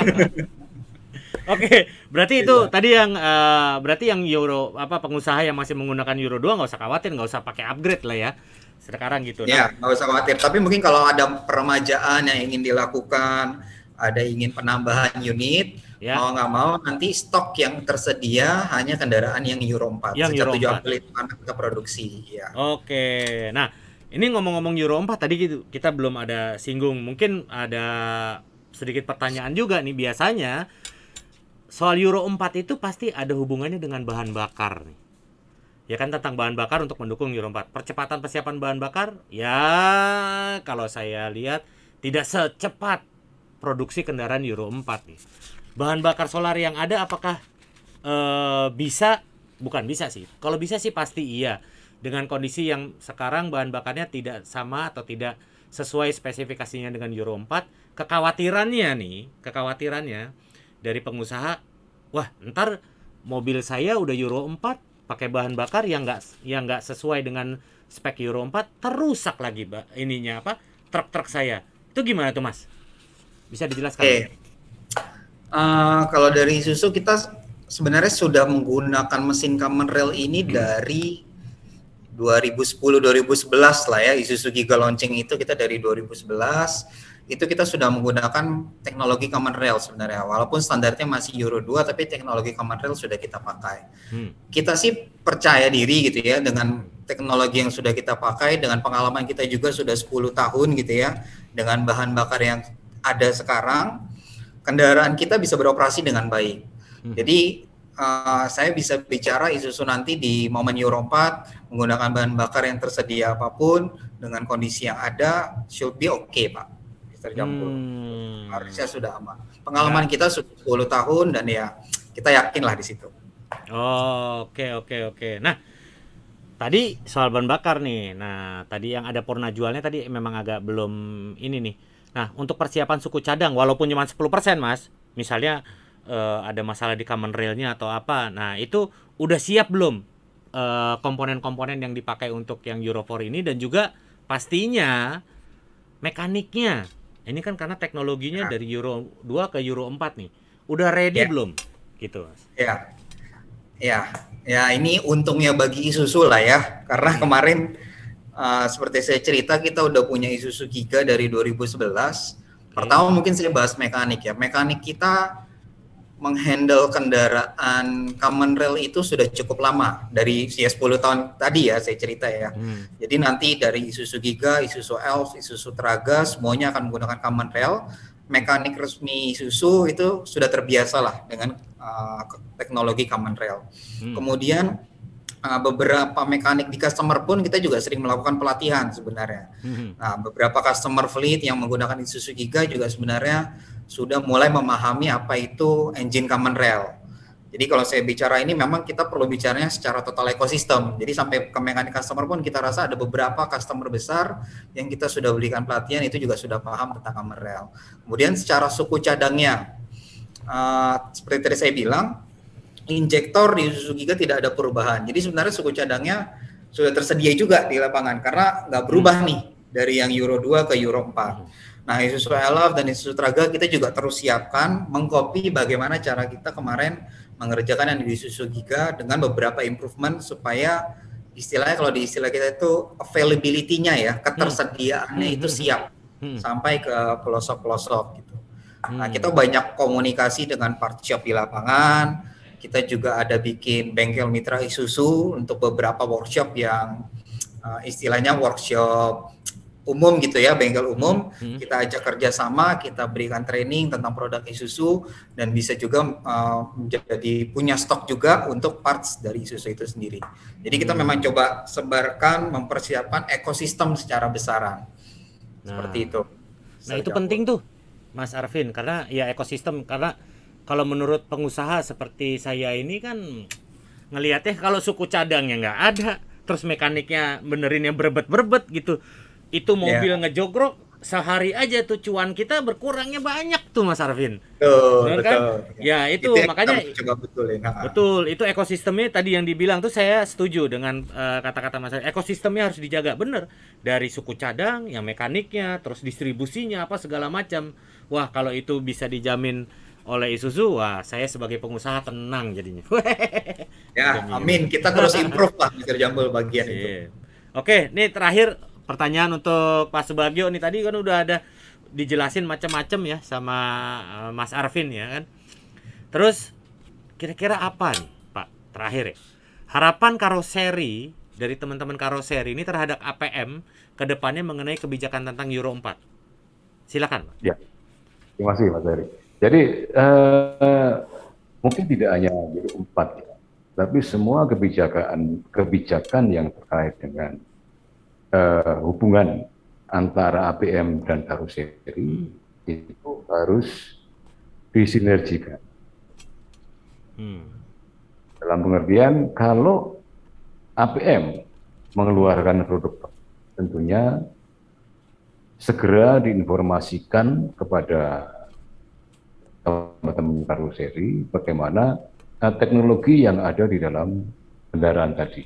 Oke, berarti itu Iya. tadi yang eh, berarti yang Euro apa pengusaha yang masih menggunakan Euro dua nggak usah khawatir, nggak usah pakai upgrade lah ya. Sekarang gitu. Ya, nggak usah khawatir. Tapi mungkin kalau ada peremajaan yang ingin dilakukan, ada ingin penambahan unit, Ya. mau nggak mau nanti stok yang tersedia hanya kendaraan yang Euro empat. Yang Sejak Euro tujuh empat. April itu akan kita produksi. Ya. Oke. Nah, ini ngomong-ngomong Euro empat tadi gitu, kita belum ada singgung. Mungkin ada sedikit pertanyaan juga nih biasanya. Soal Euro empat itu pasti ada hubungannya dengan bahan bakar nih. Ya kan tentang bahan bakar untuk mendukung Euro empat. Percepatan persiapan bahan bakar ya kalau saya lihat tidak secepat produksi kendaraan Euro empat nih. Bahan bakar solar yang ada apakah eh, bisa? Bukan bisa sih. Kalau bisa sih pasti iya. Dengan kondisi yang sekarang bahan bakarnya tidak sama atau tidak sesuai spesifikasinya dengan Euro empat, kekhawatirannya nih, kekhawatirannya dari pengusaha, wah ntar mobil saya udah Euro empat pakai bahan bakar yang nggak yang nggak sesuai dengan spek Euro empat, terusak lagi Mbak, ininya apa truk-truk saya. Itu gimana tuh Mas? Bisa dijelaskan? Oke. Uh, kalau dari Isuzu kita sebenarnya sudah menggunakan mesin common rail ini dari dua ribu sepuluh dua ribu sebelas lah ya. Isuzu Giga launching itu kita dari dua ribu sebelas itu kita sudah menggunakan teknologi common rail sebenarnya. Walaupun standarnya masih Euro dua tapi teknologi common rail sudah kita pakai. Hmm. Kita sih percaya diri gitu ya dengan teknologi yang sudah kita pakai, dengan pengalaman kita juga sudah sepuluh tahun gitu ya, dengan bahan bakar yang ada sekarang, kendaraan kita bisa beroperasi dengan baik. Hmm. Jadi uh, saya bisa bicara Isuzu nanti di momen Euro empat menggunakan bahan bakar yang tersedia apapun dengan kondisi yang ada should be oke okay, Pak mister Jambul. Hmm. Harusnya sudah aman. Pengalaman kita sudah sepuluh tahun dan ya kita yakinlah di situ. Oh, oke oke oke. Nah, tadi soal bahan bakar nih. Nah, tadi yang ada purna jualnya tadi memang agak belum ini nih. Nah, untuk persiapan suku cadang walaupun cuma sepuluh persen, Mas. Misalnya eh, ada masalah di common rail-nya atau apa. Nah, itu udah siap belum eh, komponen-komponen yang dipakai untuk yang Euro empat ini, dan juga pastinya mekaniknya. Ini kan karena teknologinya dari Euro dua ke Euro empat nih. Udah ready Ya. belum? Gitu, Mas. Ya, ya, ya ini untungnya bagi Isuzu lah ya, karena kemarin uh, seperti saya cerita kita udah punya Isuzu Giga dari dua ribu sebelas. Pertama mungkin saya bahas mekanik ya, mekanik kita menghandle kendaraan common rail itu sudah cukup lama dari ya sepuluh tahun tadi ya saya cerita ya. Hmm. Jadi nanti dari Isuzu Giga, Isuzu Elf, Isuzu Traga semuanya akan menggunakan common rail. Mekanik resmi Isuzu itu sudah terbiasa lah dengan uh, teknologi common rail. Hmm. Kemudian uh, beberapa mekanik di customer pun kita juga sering melakukan pelatihan sebenarnya. Hmm. Nah, beberapa customer fleet yang menggunakan Isuzu Giga juga sebenarnya sudah mulai memahami apa itu engine common rail. Jadi kalau saya bicara ini memang kita perlu bicaranya secara total ekosistem. Jadi sampai ke mekanik customer pun kita rasa ada beberapa customer besar yang kita sudah berikan pelatihan itu juga sudah paham tentang common rail. Kemudian secara suku cadangnya, uh, seperti tadi saya bilang, injektor di Isuzu Giga tidak ada perubahan. Jadi sebenarnya suku cadangnya sudah tersedia juga di lapangan karena nggak berubah nih dari yang Euro dua ke Euro empat. Nah, Isuzu Elf dan Isuzu Traga kita juga terus siapkan mengcopy bagaimana cara kita kemarin mengerjakan yang di Isuzu Giga dengan beberapa improvement supaya istilahnya kalau di istilah kita itu availability-nya ya, ketersediaannya itu siap Hmm. sampai ke pelosok-pelosok gitu. Nah, Hmm. kita banyak komunikasi dengan part shop di lapangan. Kita juga ada bikin bengkel mitra Isuzu untuk beberapa workshop yang uh, istilahnya workshop umum gitu ya, bengkel umum. Hmm. Kita ajak kerjasama, kita berikan training tentang produk Isuzu dan bisa juga uh, menjadi punya stok juga untuk parts dari Isuzu itu sendiri. Jadi kita memang coba sebarkan, mempersiapkan ekosistem secara besaran. Seperti Nah. itu. Nah, itu penting tuh, Mas Arvin, karena ya ekosistem, karena kalau menurut pengusaha seperti saya ini kan ngelihatnya kalau suku cadangnya nggak ada, terus mekaniknya benerinnya berebet-berebet gitu, itu mobil Ya. ngejogrok sehari aja tuh cuan kita berkurangnya banyak tuh, Mas Arvin. Betul, Benar kan? betul. Ya itu, yang makanya kita coba betulin. Ha. betul, itu ekosistemnya tadi yang dibilang tuh saya setuju dengan eh, kata-kata Mas Arvin. Ekosistemnya harus dijaga, bener, dari suku cadang, yang mekaniknya, terus distribusinya apa segala macam. Wah, kalau itu bisa dijamin oleh Isuzu, wah saya sebagai pengusaha tenang jadinya. Ya, amin. Kita terus improve lah mister Jambul bagian itu. Sip. Oke, nih terakhir pertanyaan untuk Pak Subagio nih, tadi kan udah ada dijelasin macam-macam ya sama uh, Mas Arvin ya kan. Terus kira-kira apa nih Pak terakhir ya? Harapan karoseri dari teman-teman karoseri ini terhadap A P M ke depannya mengenai kebijakan tentang Euro empat. Silakan, Pak. Ya, terima kasih Mas Heri. Jadi eh, mungkin tidak hanya Euro empat ya, tapi semua kebijakan kebijakan yang terkait dengan eh, hubungan antara A P M dan karoseri itu harus disinergikan. Hmm. Dalam pengertian kalau A P M mengeluarkan produk, tentunya segera diinformasikan kepada teman-teman karoseri bagaimana uh, teknologi yang ada di dalam kendaraan tadi,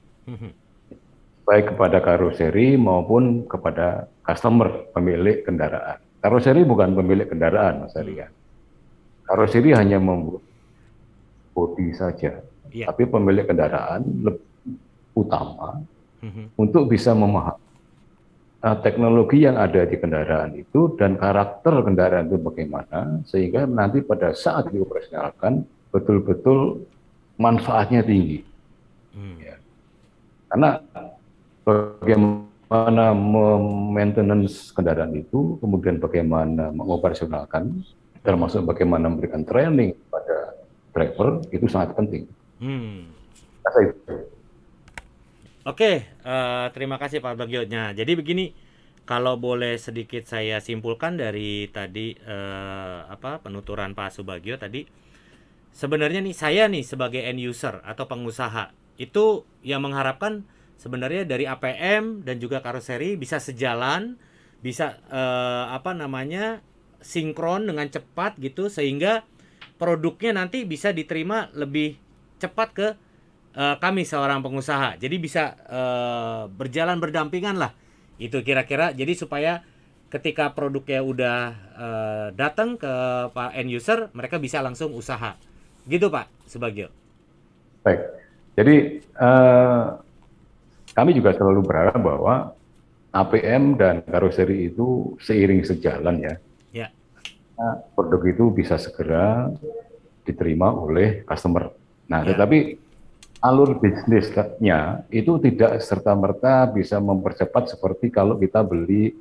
baik kepada karoseri maupun kepada customer pemilik kendaraan. Karoseri bukan pemilik kendaraan, Mas Arya. Karoseri hanya membuat bodi saja, Iya. tapi pemilik kendaraan lebih utama Mhm. untuk bisa memahami uh, teknologi yang ada di kendaraan itu dan karakter kendaraan itu bagaimana, sehingga nanti pada saat dioperasionalkan betul-betul manfaatnya tinggi. Hmm. Ya. Karena bagaimana maintenance kendaraan itu, kemudian bagaimana mengoperasionalkan, termasuk bagaimana memberikan training pada driver, itu sangat penting. Hmm. Rasa itu. Oke, uh, terima kasih Pak Bagio. Nah, jadi begini, kalau boleh sedikit saya simpulkan dari tadi uh, apa penuturan Pak Subagio tadi, sebenarnya nih saya nih sebagai end user atau pengusaha itu yang mengharapkan sebenarnya dari A P M dan juga karoseri bisa sejalan, bisa uh, apa namanya sinkron dengan cepat gitu sehingga produknya nanti bisa diterima lebih cepat ke Uh, kami seorang pengusaha, jadi bisa uh, berjalan berdampingan lah, itu kira-kira. Jadi supaya ketika produknya udah uh, datang ke Pak end user, mereka bisa langsung usaha, gitu Pak Subagio. Baik, jadi uh, kami juga selalu berharap bahwa A P M dan karoseri itu seiring sejalan ya. Ya. Nah, produk itu bisa segera diterima oleh customer. Nah, Ya. tetapi alur bisnisnya itu tidak serta-merta bisa mempercepat seperti kalau kita beli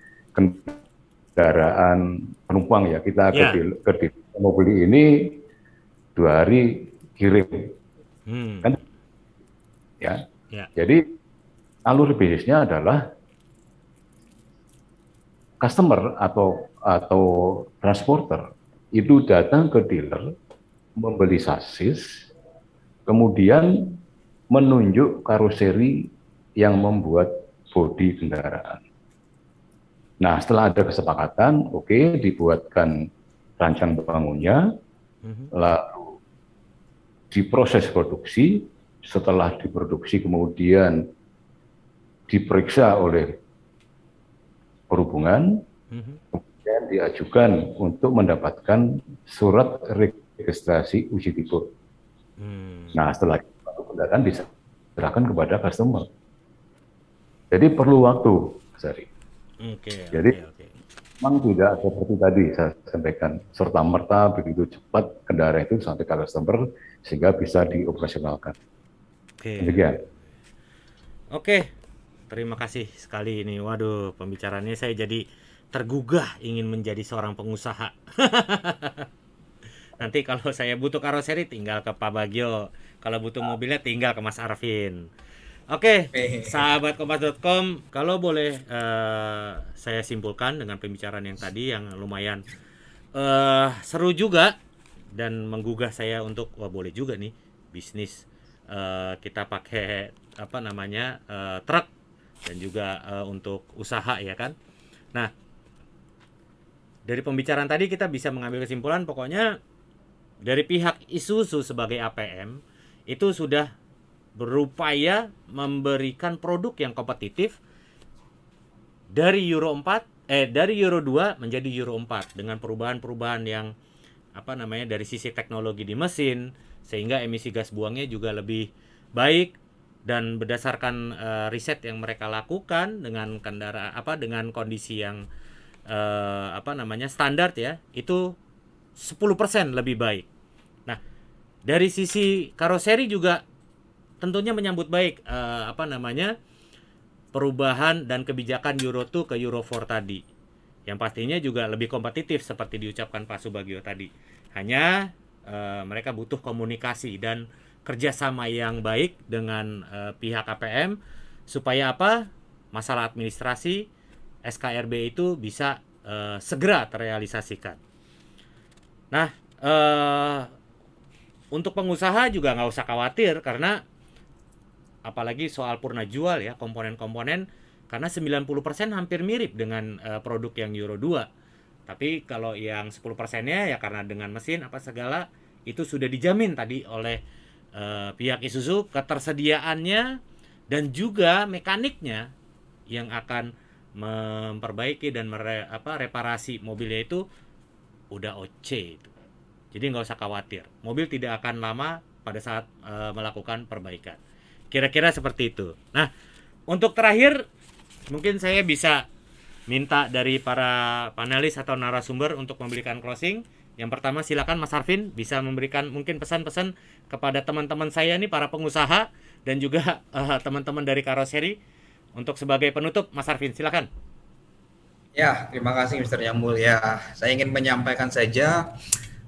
kendaraan penumpang ya. Kita Ya. ke, ke mau beli ini dua hari kirim, Hmm. kan? Ya. Ya. Jadi alur bisnisnya adalah customer atau atau transporter itu datang ke dealer membeli sasis, kemudian menunjuk karoseri yang membuat bodi kendaraan. Nah, setelah ada kesepakatan, oke, okay, dibuatkan rancang bangunnya, mm-hmm. lalu diproses produksi, setelah diproduksi kemudian diperiksa oleh perhubungan, mm-hmm. kemudian diajukan untuk mendapatkan surat registrasi uji tipe. Hmm. Nah, setelah itu kendaraan diserahkan kepada customer. Jadi perlu waktu, Mas Ari. Okay, Jadi okay, okay. memang tidak seperti tadi saya sampaikan serta merta begitu cepat kendaraan itu sampai ke customer sehingga bisa dioperasionalkan. Oke. Okay. Demikian. Oke, okay. Terima kasih sekali ini. Waduh, pembicaraannya saya jadi tergugah ingin menjadi seorang pengusaha. Nanti kalau saya butuh karoseri tinggal ke Pak Bagio. Kalau butuh mobilnya tinggal ke Mas Arvin. Oke, sahabat kompas dot com, kalau boleh uh, saya simpulkan dengan pembicaraan yang tadi yang lumayan uh, seru juga dan menggugah saya untuk wah boleh juga nih bisnis uh, kita pakai apa namanya uh, truk dan juga uh, untuk usaha ya kan. Nah, dari pembicaraan tadi kita bisa mengambil kesimpulan pokoknya dari pihak Isuzu sebagai A P M itu sudah berupaya memberikan produk yang kompetitif dari Euro empat eh dari Euro dua menjadi Euro empat dengan perubahan-perubahan yang apa namanya dari sisi teknologi di mesin sehingga emisi gas buangnya juga lebih baik dan berdasarkan uh, riset yang mereka lakukan dengan kendaraan apa dengan kondisi yang uh, apa namanya standar ya itu sepuluh persen lebih baik. Nah, dari sisi karoseri juga tentunya menyambut baik uh, apa namanya perubahan dan kebijakan Euro dua ke Euro empat tadi. Yang pastinya juga lebih kompetitif seperti diucapkan Pak Subagio tadi. Hanya uh, mereka butuh komunikasi dan kerjasama yang baik dengan uh, pihak A P M supaya apa? Masalah administrasi S K R B itu bisa uh, segera terrealisasikan. Nah, eh, untuk pengusaha juga nggak usah khawatir karena apalagi soal purna jual ya komponen-komponen karena sembilan puluh persen hampir mirip dengan eh, produk yang Euro dua. Tapi kalau yang sepuluh persennya ya karena dengan mesin apa segala itu sudah dijamin tadi oleh eh, pihak Isuzu ketersediaannya dan juga mekaniknya yang akan memperbaiki dan mere, apa, reparasi mobilnya itu udah O C itu. Jadi nggak usah khawatir. Mobil tidak akan lama pada saat e, melakukan perbaikan. Kira-kira seperti itu. Nah, untuk terakhir mungkin saya bisa minta dari para panelis atau narasumber untuk memberikan closing. Yang pertama silakan Mas Arvin bisa memberikan mungkin pesan-pesan kepada teman-teman saya nih para pengusaha dan juga e, teman-teman dari karoseri untuk sebagai penutup. Mas Arvin silakan. Ya, terima kasih Mister Jambul. Ya, saya ingin menyampaikan saja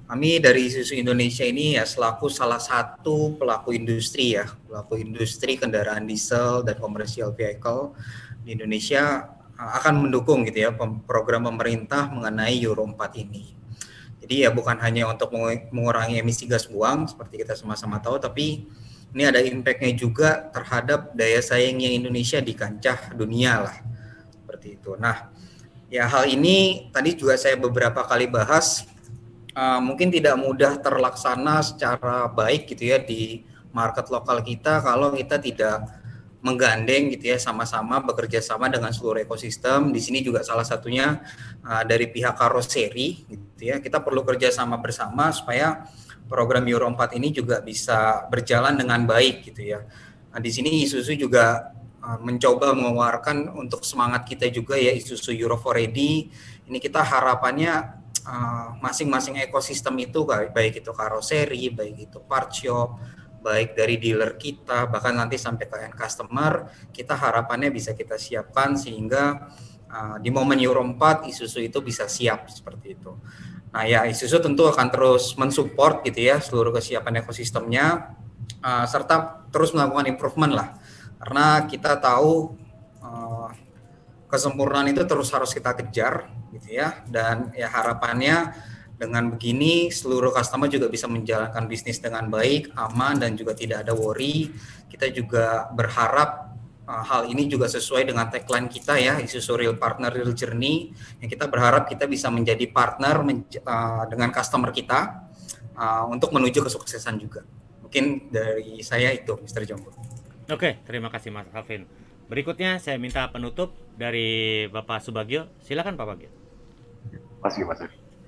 kami dari Isuzu Indonesia ini ya selaku salah satu pelaku industri ya, pelaku industri kendaraan diesel dan commercial vehicle di Indonesia akan mendukung gitu ya program pemerintah mengenai Euro empat ini. Jadi ya bukan hanya untuk mengurangi emisi gas buang seperti kita sama-sama tahu, tapi ini ada impact-nya juga terhadap daya saingnya Indonesia di kancah dunia lah, seperti itu. Nah, ya hal ini tadi juga saya beberapa kali bahas. Uh, mungkin tidak mudah terlaksana secara baik gitu ya di market lokal kita kalau kita tidak menggandeng gitu ya sama-sama bekerja sama dengan seluruh ekosistem. Di sini juga salah satunya uh, dari pihak karoseri gitu ya. Kita perlu kerja sama bersama supaya program Euro empat ini juga bisa berjalan dengan baik gitu ya. Nah, di sini Isuzu juga uh, mencoba mengeluarkan untuk semangat kita juga ya Isuzu Euro empat Ready. Ini kita harapannya Uh, masing-masing ekosistem itu baik itu karoseri, baik itu part shop, baik dari dealer kita, bahkan nanti sampai ke end customer, kita harapannya bisa kita siapkan sehingga uh, di momen Euro empat Isuzu itu bisa siap seperti itu. Nah ya Isuzu tentu akan terus mensupport gitu ya seluruh kesiapan ekosistemnya uh, serta terus melakukan improvement lah, karena kita tahu uh, kesempurnaan itu terus harus kita kejar gitu ya, dan ya harapannya dengan begini seluruh customer juga bisa menjalankan bisnis dengan baik, aman dan juga tidak ada worry. Kita juga berharap uh, hal ini juga sesuai dengan tagline kita ya, Isuzu Real Partner Real Journey, yang kita berharap kita bisa menjadi partner menj- uh, dengan customer kita uh, untuk menuju kesuksesan juga. Mungkin dari saya itu, mister Jambul. Oke, terima kasih Mas Alvin. Berikutnya saya minta penutup dari Bapak Subagio. Silakan Pak Bagio. Terima kasih Mas.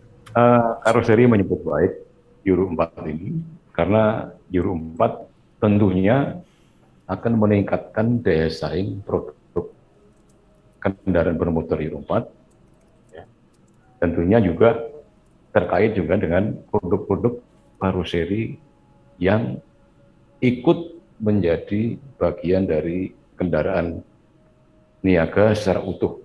Uh, karoseri menyebut baik Euro empat ini karena Euro empat tentunya akan meningkatkan daya saing produk kendaraan bermotor Euro empat. Ya. Tentunya juga terkait juga dengan produk-produk karoseri yang ikut menjadi bagian dari kendaraan niaga secara utuh.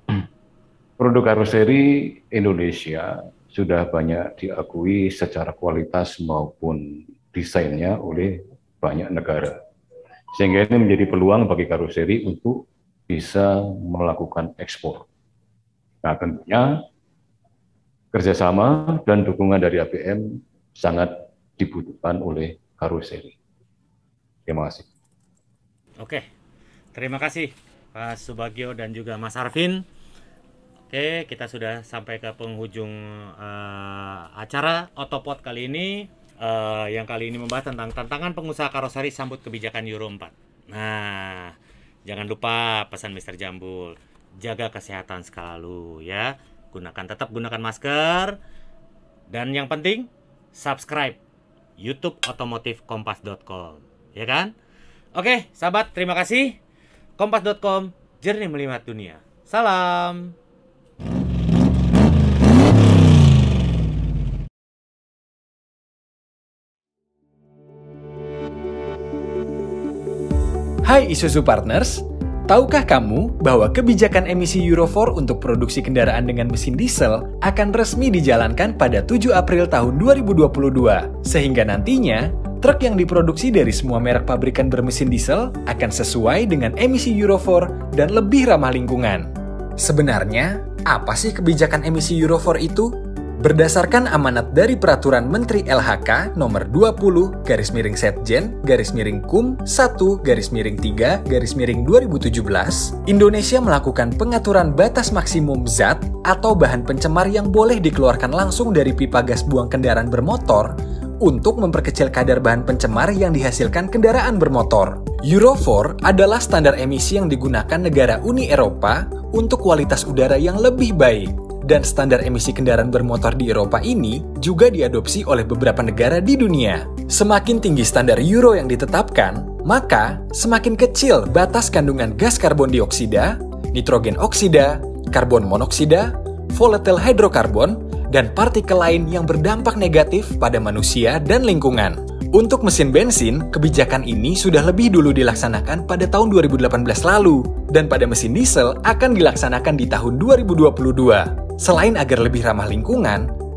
Produk karoseri Indonesia sudah banyak diakui secara kualitas maupun desainnya oleh banyak negara. Sehingga ini menjadi peluang bagi karoseri untuk bisa melakukan ekspor. Nah tentunya kerjasama dan dukungan dari A P M sangat dibutuhkan oleh karoseri. Terima kasih. Oke, terima kasih Pak Subagio dan juga Mas Arvin. Oke, kita sudah sampai ke penghujung uh, acara Otopod kali ini, uh, yang kali ini membahas tentang tantangan pengusaha karoseri sambut kebijakan Euro empat. Nah, jangan lupa pesan mister Jambul, jaga kesehatan selalu ya, gunakan tetap gunakan masker, dan yang penting subscribe YouTube otomotif kompas dot com, ya kan? Oke, sahabat, terima kasih. kompas dot com, jernih melihat dunia. Salam. Hai Isuzu Partners, tahukah kamu bahwa kebijakan emisi Euro empat untuk produksi kendaraan dengan mesin diesel akan resmi dijalankan pada tujuh April tahun dua ribu dua puluh dua, sehingga nantinya truk yang diproduksi dari semua merek pabrikan bermesin diesel akan sesuai dengan emisi Euro empat dan lebih ramah lingkungan. Sebenarnya, apa sih kebijakan emisi Euro empat itu? Berdasarkan amanat dari Peraturan Menteri L H K nomor dua puluh garis miring Setjen garis miring Kum satu garis miring tiga garis miring dua ribu tujuh belas, Indonesia melakukan pengaturan batas maksimum zat atau bahan pencemar yang boleh dikeluarkan langsung dari pipa gas buang kendaraan bermotor untuk memperkecil kadar bahan pencemar yang dihasilkan kendaraan bermotor. Euro empat adalah standar emisi yang digunakan negara Uni Eropa untuk kualitas udara yang lebih baik. Dan standar emisi kendaraan bermotor di Eropa ini juga diadopsi oleh beberapa negara di dunia. Semakin tinggi standar Euro yang ditetapkan, maka semakin kecil batas kandungan gas karbon dioksida, nitrogen oksida, karbon monoksida, volatile hydrokarbon, dan partikel lain yang berdampak negatif pada manusia dan lingkungan. Untuk mesin bensin, kebijakan ini sudah lebih dulu dilaksanakan pada tahun dua ribu delapan belas lalu, dan pada mesin diesel akan dilaksanakan di tahun dua ribu dua puluh dua. Selain agar lebih ramah lingkungan,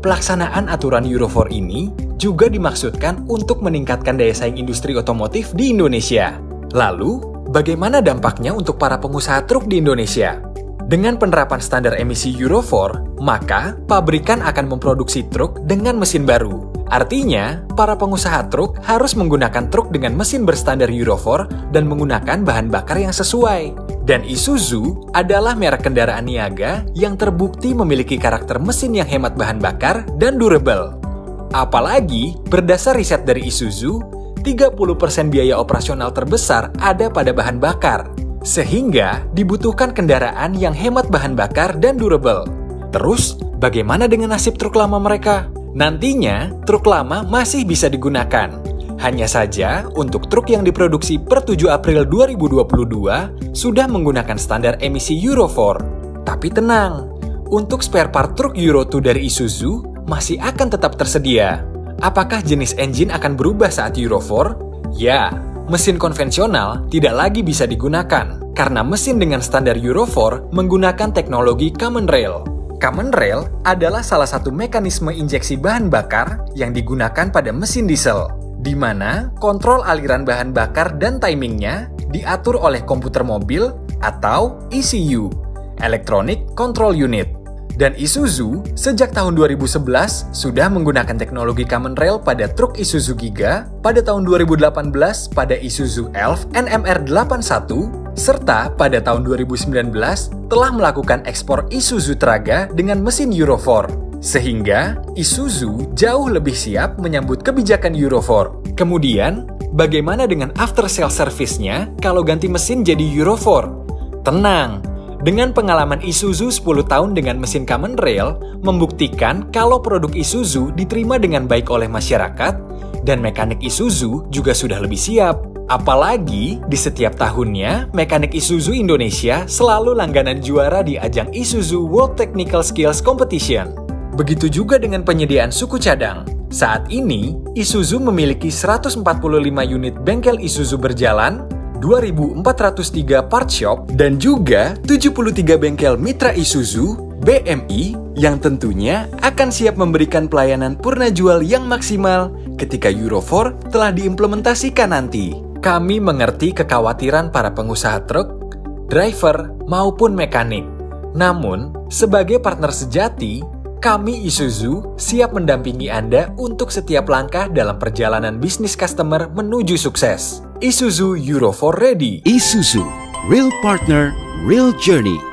pelaksanaan aturan Euro empat ini juga dimaksudkan untuk meningkatkan daya saing industri otomotif di Indonesia. Lalu, bagaimana dampaknya untuk para pengusaha truk di Indonesia? Dengan penerapan standar emisi Euro empat, maka pabrikan akan memproduksi truk dengan mesin baru. Artinya, para pengusaha truk harus menggunakan truk dengan mesin berstandar Euro empat dan menggunakan bahan bakar yang sesuai. Dan Isuzu adalah merek kendaraan niaga yang terbukti memiliki karakter mesin yang hemat bahan bakar dan durable. Apalagi, berdasar riset dari Isuzu, tiga puluh persen biaya operasional terbesar ada pada bahan bakar. Sehingga dibutuhkan kendaraan yang hemat bahan bakar dan durable. Terus, bagaimana dengan nasib truk lama mereka? Nantinya, truk lama masih bisa digunakan. Hanya saja, untuk truk yang diproduksi per tujuh April dua ribu dua puluh dua sudah menggunakan standar emisi Euro empat. Tapi tenang, untuk spare part truk Euro dua dari Isuzu masih akan tetap tersedia. Apakah jenis engine akan berubah saat Euro empat? Ya, mesin konvensional tidak lagi bisa digunakan karena mesin dengan standar Euro empat menggunakan teknologi Common Rail. Common Rail adalah salah satu mekanisme injeksi bahan bakar yang digunakan pada mesin diesel, di mana kontrol aliran bahan bakar dan timingnya diatur oleh komputer mobil atau E C U, Electronic Control Unit. Dan Isuzu sejak tahun dua ribu sebelas sudah menggunakan teknologi Common Rail pada truk Isuzu Giga, pada tahun dua ribu delapan belas pada Isuzu Elf N M R delapan puluh satu, serta pada tahun dua ribu sembilan belas telah melakukan ekspor Isuzu Traga dengan mesin Euro empat. Sehingga Isuzu jauh lebih siap menyambut kebijakan Euro empat. Kemudian, bagaimana dengan after sale service-nya kalau ganti mesin jadi Euro empat? Tenang! Dengan pengalaman Isuzu sepuluh tahun dengan mesin Common Rail, membuktikan kalau produk Isuzu diterima dengan baik oleh masyarakat, dan mekanik Isuzu juga sudah lebih siap. Apalagi, di setiap tahunnya, mekanik Isuzu Indonesia selalu langganan juara di ajang Isuzu World Technical Skills Competition. Begitu juga dengan penyediaan suku cadang. Saat ini, Isuzu memiliki seratus empat puluh lima unit bengkel Isuzu berjalan, dua ribu empat ratus tiga part shop, dan juga tujuh puluh tiga bengkel mitra Isuzu, B M I, yang tentunya akan siap memberikan pelayanan purna jual yang maksimal ketika Euro empat telah diimplementasikan nanti. Kami mengerti kekhawatiran para pengusaha truk, driver, maupun mekanik. Namun, sebagai partner sejati, kami Isuzu siap mendampingi Anda untuk setiap langkah dalam perjalanan bisnis customer menuju sukses. Isuzu Euro empat Ready. Isuzu, real partner, real journey.